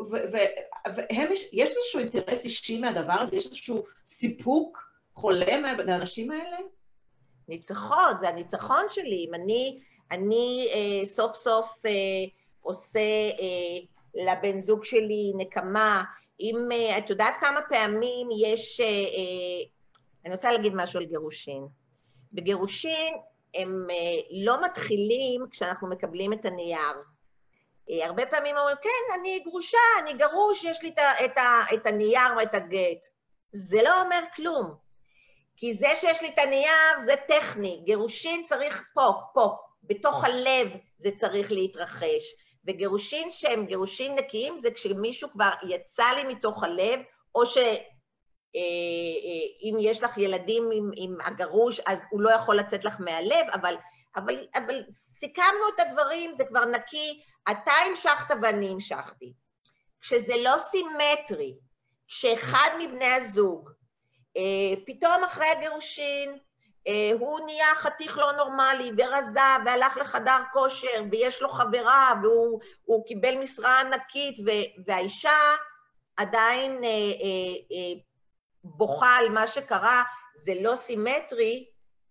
יש איזשהו אינטרס אישי מהדבר הזה? יש איזשהו סיפוק חולם לאנשים האלה? ניצחון, זה הניצחון שלי. אם אני סוף סוף עושה לבן זוג שלי נקמה, אם את יודעת כמה פעמים יש, אני רוצה להגיד משהו על גירושין. בגירושין הם לא מתחילים כשאנחנו מקבלים את הנייר. הרבה פעמים אומרים, כן, אני גרושה, אני גרוש, יש לי את הנייר ואת הגט. זה לא אומר כלום. כי זה שיש לי את הנייר זה טכני. גירושין צריך פה, בתוך הלב זה צריך להתרחש. וגירושין שהם גירושין נקיים זה כשמישהו כבר יצא לי מתוך הלב, או שאם יש לך ילדים עם הגרוש, אז הוא לא יכול לצאת לך מהלב, אבל סיכמנו את הדברים, זה כבר נקי, אתה המשכת ואני המשכתי. כשזה לא סימטרי, כשאחד מבני הזוג, פתאום אחרי הגירושין, הוא נהיה חתיך לא נורמלי ורזה והלך לחדר כושר ויש לו חברה והוא קיבל משרה ענקית והאישה עדיין בוכה על מה שקרה, זה לא סימטרי,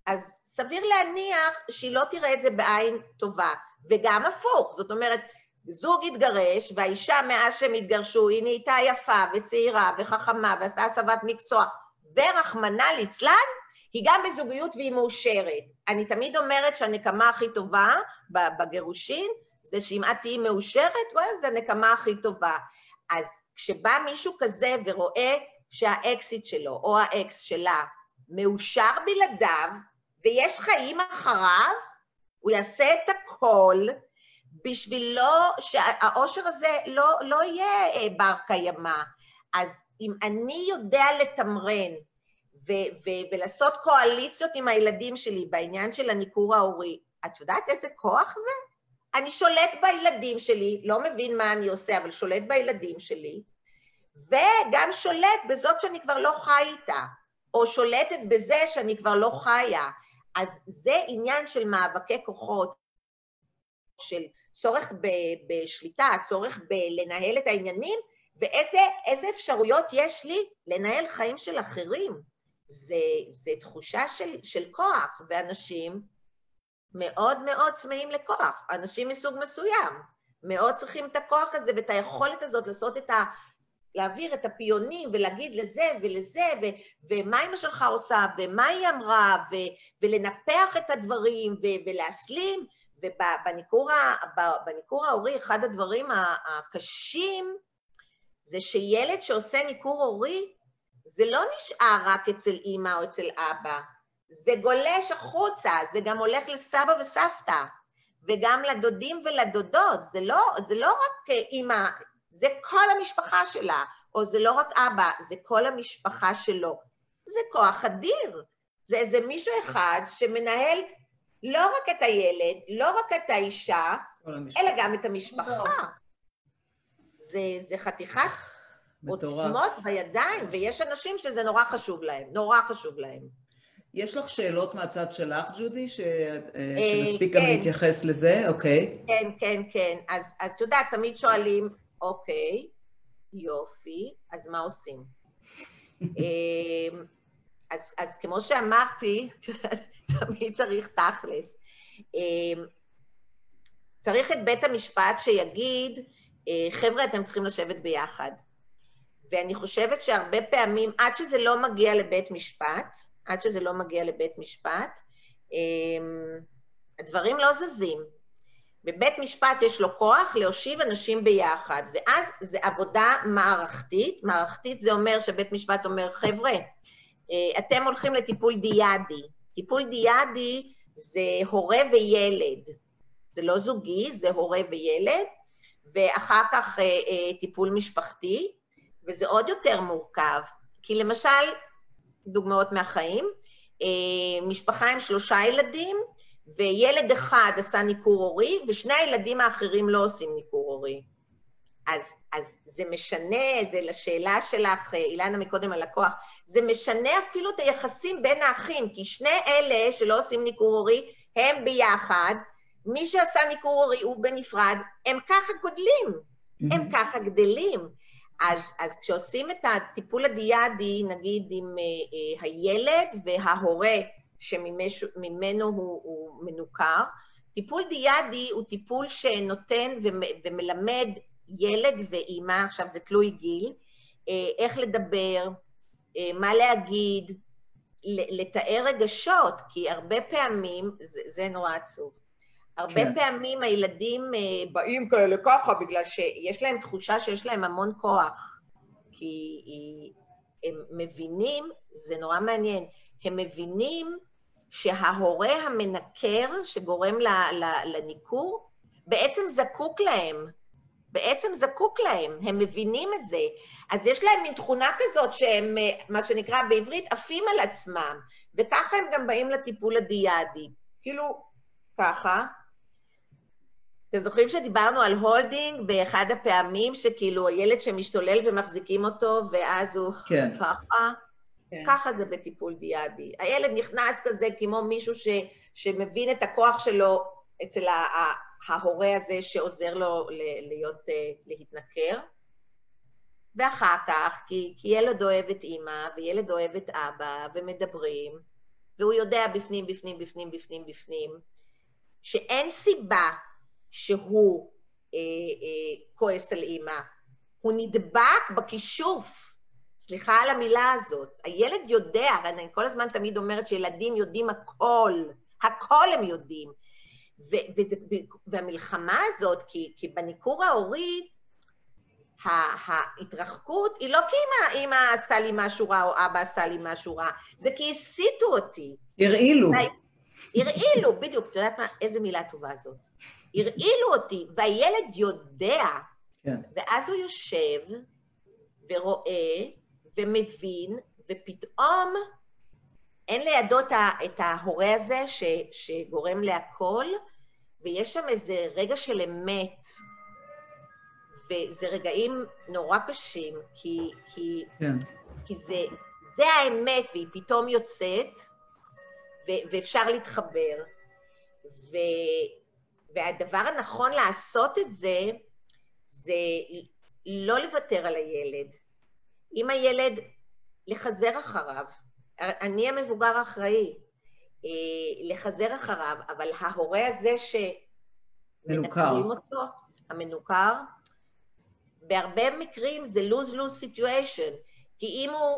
אז סביר להניח שהיא לא תראה את זה בעין טובה, וגם הפוך, זאת אומרת, זוג התגרש, והאישה מאז שהם התגרשו, היא נהייתה יפה וצעירה וחכמה, ועשתה הסבת מקצוע, ורחמנא ליצלן, היא גם בזוגיות והיא מאושרת. אני תמיד אומרת שהנקמה הכי טובה בגירושין, זה שאם את תהיי מאושרת, וואלה, זה הנקמה הכי טובה. אז כשבא מישהו כזה ורואה שהאקסיט שלו, או האקס שלה, מאושר בלעדיו, ויש חיים אחריו, הוא יעשה את הכל, בשבילו שהאושר הזה לא יהיה בר קיימא. אז אם אני יודע לתמרן, ולעשות קואליציות עם הילדים שלי, בעניין של הניכור ההורי, את יודעת איזה כוח זה? אני שולט בילדים שלי, לא מבין מה אני עושה, אבל שולט בילדים שלי, וגם שולט בזאת שאני כבר לא חי איתה, או שולטת בזה שאני כבר לא חיה. אז זה עניין של מאבקי כוחות, של צורך בשליטה, צורך בלנהל את העניינים, ואיזה אפשרויות יש לי לנהל חיים של אחרים. זה תחושה של כוח, ואנשים מאוד מאוד צמאים לכוח, אנשים מסוג מסוים, מאוד צריכים את הכוח הזה ואת היכולת הזאת לעשות להעביר את הפיונים ולהגיד לזה ולזה, ומה אמא שלך עושה, ומה היא אמרה, ולנפח את הדברים, ולהסלים. ובניכור ההורי, אחד הדברים הקשים, זה שילד שעושה ניכור הורי, זה לא נשאר רק אצל אמא או אצל אבא, זה גולש החוצה, זה גם הולך לסבא וסבתא, וגם לדודים ולדודות, זה לא רק אמא, זה כל המשפחה שלה, או זה לא רק אבא, זה כל המשפחה שלו. זה כוח אדיר, זה איזה מישהו אחד שמנהל לא רק את הילד, לא רק את האישה, אלא גם את המשפחה. זה חתיכת עוצמות בידיים, ויש אנשים שזה נורא חשוב להם, נורא חשוב להם. יש לך שאלות מהצד שלך, ג'ודי, שנספיק גם להתייחס לזה? אוקיי. כן. אז יודעת, תמיד שואלים, אוקיי, יופי, אז מה עושים? אז כמו שאמרתי, תמיד צריך תכלס. צריך את בית המשפט שיגיד, חבר'ה, אתם צריכים לשבת ביחד. ואני חושבת שהרבה פעמים, עד שזה לא מגיע לבית משפט, הדברים לא זזים. בבית משפט יש לו כוח להושיב אנשים ביחד, ואז זה עבודה מערכתית. מערכתית זה אומר שבית משפט אומר, חבר'ה, אתם הולכים לטיפול דיאדי. טיפול דיאדי זה הורה וילד. זה לא זוגי, זה הורה וילד, ואחר כך טיפול משפחתי, וזה עוד יותר מורכב. כי למשל, דוגמאות מהחיים, משפחה עם 3 ילדים, וילד אחד עשה ניכור הורי, ושני הילדים האחרים לא עושים ניכור הורי. אז זה משנה, זה לשאלה שלך, אילנה מקודם על הכוח, זה משנה אפילו את היחסים בין האחים, כי שני אלה שלא עושים ניכור הורי, הם ביחד, מי שעשה ניכור הורי הוא בנפרד, הם ככה גודלים, הם ככה גדלים. אז כשעושים את הטיפול הדיאדי, נגיד עם הילד וההורה, שממנו הוא מנוכר, טיפול דיאדי הוא טיפול שנותן ומלמד ילד ואימא, עכשיו זה תלוי גיל, איך לדבר, מה להגיד, לתאר רגשות, כי הרבה פעמים, זה נורא עצוב, הרבה פעמים הילדים באים כאלה ככה, בגלל שיש להם תחושה שיש להם המון כוח, כי הם מבינים, זה נורא מעניין, הם מבינים שההורה המנקר שגורם לניכור, בעצם זקוק להם, הם מבינים את זה. אז יש להם מין תכונה כזאת שהם, מה שנקרא בעברית, עפים על עצמם, וככה הם גם באים לטיפול הדיאדי. כאילו, ככה. אתם זוכרים שדיברנו על הולדינג באחד הפעמים, שכאילו הילד שמשתולל ומחזיקים אותו, ואז הוא ככה? ככה זה בטיפול דיאדי. הילד נכנס כזה כמו מישהו שמבין את הכוח שלו אצל ההורה הזה שעוזר לו להתנכר, ואחר כך, כי ילד אוהב את אמא וילד אוהב את אבא ומדברים, והוא יודע בפנים, בפנים, בפנים, בפנים, בפנים, שאין סיבה שהוא כועס על אמא. הוא נדבק בכישוף. סליחה על המילה הזאת. הילד יודע, אני כל הזמן תמיד אומרת שילדים יודעים הכל. הכל הם יודעים. והמלחמה הזאת, כי בניכור ההורי, ההתרחקות היא לא כי אמא עשתה לי משהו רע או אבא עשה לי משהו רע, זה כי הסיתו אותי. הרעילו. הרעילו, בדיוק, אתה יודעת מה, איזה מילה טובה זאת. הרעילו אותי, והילד יודע, כן. ואז הוא יושב ורואה ומבין, ופתאום אין לידו את ההורה הזה שגורם להכל, ויש שם איזה רגע של אמת, וזה רגעים נורא קשים, כי זה האמת, והיא פתאום יוצאת, ואפשר להתחבר. והדבר הנכון לעשות את זה, זה לא לוותר על הילד. אם הילד, לחזר אחריו. אני המבוגר האחראי, לחזר אחריו, אבל ההורה הזה שמנקרים אותו, המנוכר, בהרבה מקרים זה lose-lose situation, כי אם הוא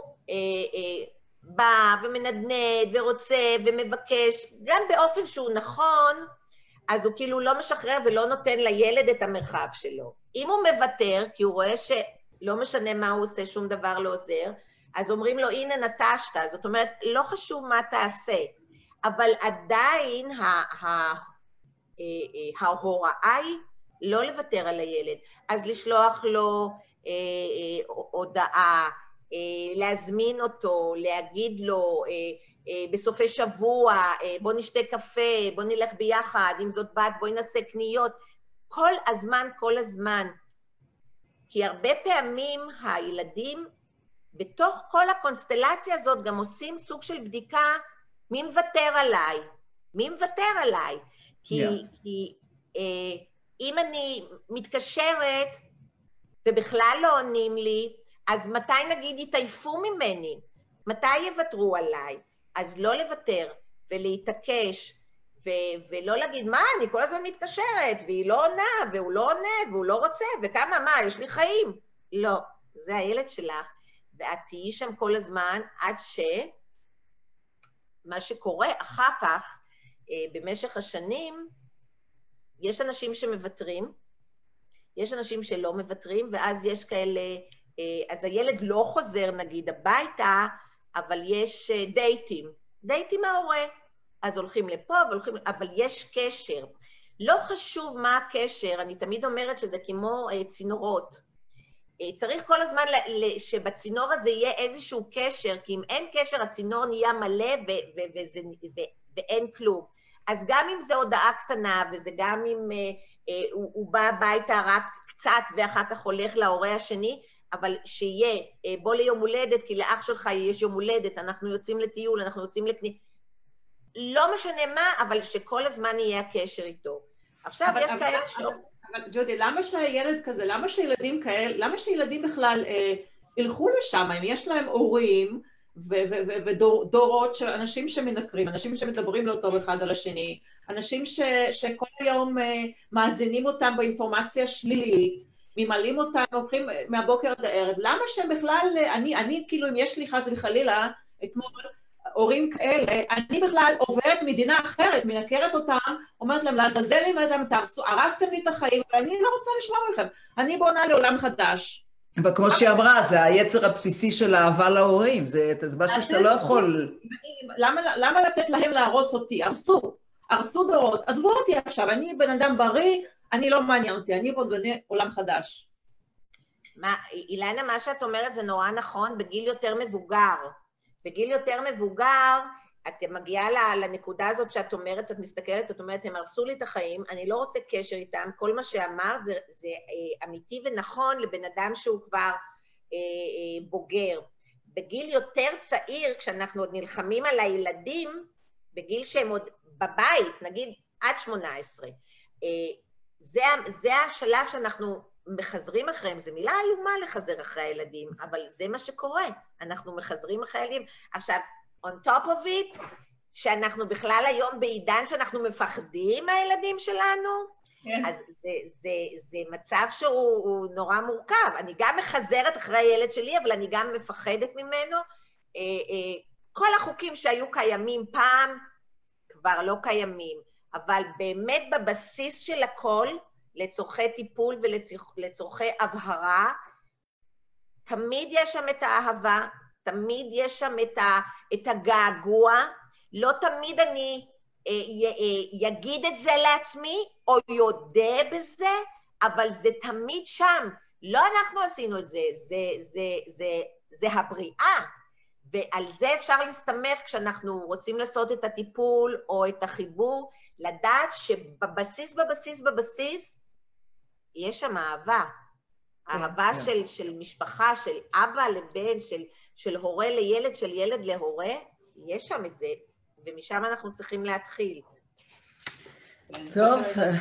בא ומנדנד ורוצה ומבקש, גם באופן שהוא נכון, אז הוא כאילו לא משחרר ולא נותן לילד את המרחב שלו. אם הוא מוותר, כי הוא רואה שלא משנה מה הוא עושה, שום דבר לא עוזר, אז אומרים לו, הנה נטשת, זאת אומרת, לא חשוב מה תעשה, אבל עדיין ההוראה היא לא לוותר על הילד. אז לשלוח לו הודעה, להזמין אותו, להגיד לו, בסופי שבוע, בוא נשתה קפה, בוא נלך ביחד, אם זאת בת, בואי נעשה קניות, כל הזמן, כל הזמן. כי הרבה פעמים הילדים, בתוך כל הקונסטלציה הזאת, גם עושים סוג של בדיקה, מי מוותר עליי? מי מוותר עליי? כי אם אני מתקשרת, ובכלל לא עונים לי, אז מתי נגיד יתעייפו ממני? מתי יוותרו עליי? אז לא לוותר ולהתעקש, ולא להגיד, מה, אני כל הזמן מתקשרת, והיא לא עונה, והוא לא עונה, והוא לא רוצה, וכמה, מה, יש לי חיים? לא, זה הילד שלך, ואת תהיי שם כל הזמן, עד מה שקורה אחר כך, במשך השנים, יש אנשים שמוותרים, יש אנשים שלא מוותרים, ואז יש כאלה, אז הילד לא חוזר נגיד הביתה, אבל יש דייטים ההורה, אז הולכים לפה, אבל יש קשר. לא חשוב מה הקשר, אני תמיד אומרת שזה כמו צינורות. צריך כל הזמן שבצינור הזה יהיה איזשהו קשר, כי אם אין קשר, הצינור נהיה מלא ואין כלום. אז גם אם זה הודעה קטנה, וזה גם אם הוא בא הביתה רק קצת, ואחר כך הולך להורה השני, אבל שיהיה, בוא ליום הולדת, כי לאח שלך יש יום הולדת, אנחנו יוצאים לטיול, אנחנו יוצאים לקנייה, לא משנה מה, אבל שכל הזמן יהיה הקשר איתו. עכשיו יש כאלה שלא. אבל ג'ודי, למה שהילד כזה, למה שילדים בכלל ילכו לשם, אם יש להם הורים ודורות של אנשים שמנקרים, אנשים שמדברים לא טוב אחד על השני, אנשים שכל היום מאזינים אותם באינפורמציה שלילית, ממלאים אותם, הולכים מהבוקר עד הערב, למה שהם בכלל, אני כאילו אם יש לי חס וחלילה, אתמול הורים כאלה, אני בכלל עוברת מדינה אחרת, מנקרת אותם, אומרת להם, לעזאזל לי מאדם, הרסתם לי את החיים, ואני לא רוצה לשמוע מכם, אני בונה לעולם חדש. אבל כמו שהיא אמרה, זה היצר הבסיסי של האהבה להורים, זה משהו שאתה לא יכול. למה לתת להם להרוס אותי? הרסו דורות, עזבו אותי עכשיו, אני בן אדם בריא, אני לא מעניין אותי, אני בונה עולם חדש. אילנה, מה שאת אומרת זה נורא נכון, בגיל יותר מבוגר. בגיל יותר מבוגר, את מגיעה לנקודה הזאת שאת אומרת, את מסתכלת, את אומרת, הם הרסו לי את החיים, אני לא רוצה קשר איתם, כל מה שאמרת זה אמיתי ונכון לבן אדם שהוא כבר בוגר. בגיל יותר צעיר, כשאנחנו עוד נלחמים על הילדים, בגיל שהם עוד בבית, נגיד עד 18, זה השלב שאנחנו מחזרים אחריהם, זו מילה איומה לחזר אחרי הילדים, אבל זה מה שקורה, אנחנו מחזרים אחרי הילדים. עכשיו, on top of it, שאנחנו בכלל היום בעידן שאנחנו מפחדים מהילדים שלנו, אז זה מצב שהוא נורא מורכב. אני גם מחזרת אחרי הילד שלי, אבל אני גם מפחדת ממנו. כל החוקים שהיו קיימים פעם, כבר לא קיימים. אבל באמת בבסיס של הכל, לצורכי טיפול ולצורכי הבהרה, תמיד יש שם את האהבה, תמיד יש שם את הגעגוע, לא תמיד אני יגיד את זה לעצמי, או יודע בזה, אבל זה תמיד שם. לא אנחנו עשינו את זה, זה הבריאה. ועל זה אפשר להסתמך כשאנחנו רוצים לעשות את הטיפול או את החיבור, לדעת שבבסיס, יש שם אהבה. אהבה של משפחה, של אבא לבן, של הורה לילד, של ילד להורה, יש שם את זה, ומשם אנחנו צריכים להתחיל. טוב,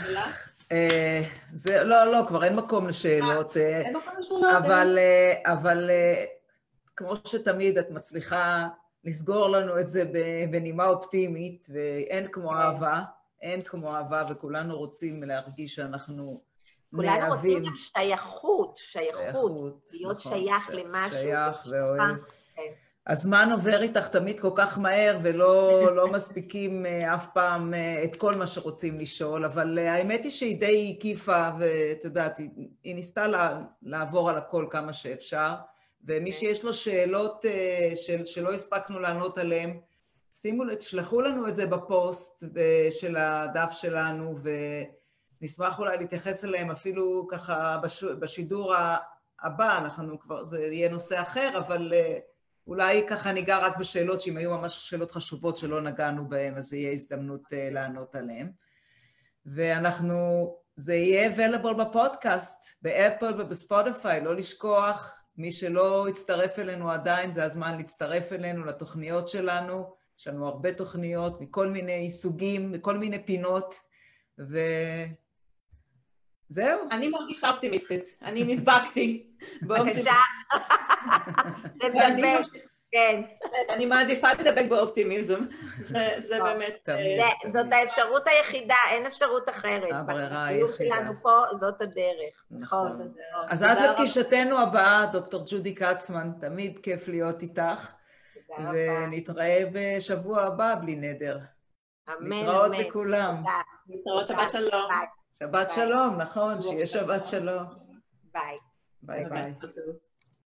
לא, כבר אין מקום לשאלות. אין מקום לשאלות. אבל כמו שתמיד את מצליחה לסגור לנו את זה בנימה אופטימית, ואין כמו אהבה, אין כמו אהבה, וכולנו רוצים להרגיש שאנחנו נאהבים. כולנו רוצים גם שייכות, להיות שייך למשהו. שייך ואוהב. הזמן עובר איתך תמיד כל כך מהר, ולא מספיקים אף פעם את כל מה שרוצים לשאול, אבל האמת היא שהיא די הקיפה, ואת יודעת, היא ניסתה לעבור על הכל כמה שאפשר, ומי שיש לו שאלות שלא הספקנו לענות עליהן, תשלחו לנו את זה בפוסט של הדף שלנו, ונשמח אולי להתייחס אליהם אפילו ככה בשידור הבא, זה יהיה נושא אחר, אבל אולי ככה ניגע רק בשאלות, שאם היו ממש שאלות חשובות שלא נגענו בהן, אז זה יהיה הזדמנות לענות עליהן. זה יהיה available בפודקאסט, באפל ובספוטיפיי, לא לשכוח, מי שלא הצטרף אלינו עדיין, זה הזמן להצטרף אלינו לתוכניות שלנו, יש לנו הרבה תוכניות מכל מיני סוגים, מכל מיני פינות, וזהו. אני מרגישה אופטימיסטית, אני נדבקתי. בבקשה. כן. אני מעדיפה לדבק באופטימיזם, זה באמת... זאת האפשרות היחידה, אין אפשרות אחרת. הברירה היחידה. שלנו פה, זאת הדרך. נכון. אז עד לפגישתנו הבאה, דוקטור ג'ודי קצמן, תמיד כיף להיות איתך, ונתראה בשבוע הבא בלי נדר. אמן, להתראות לכולם. להתראות, שבת שלום. שבת שלום, נכון, שיהיה שבת שלום. ביי. ביי ביי.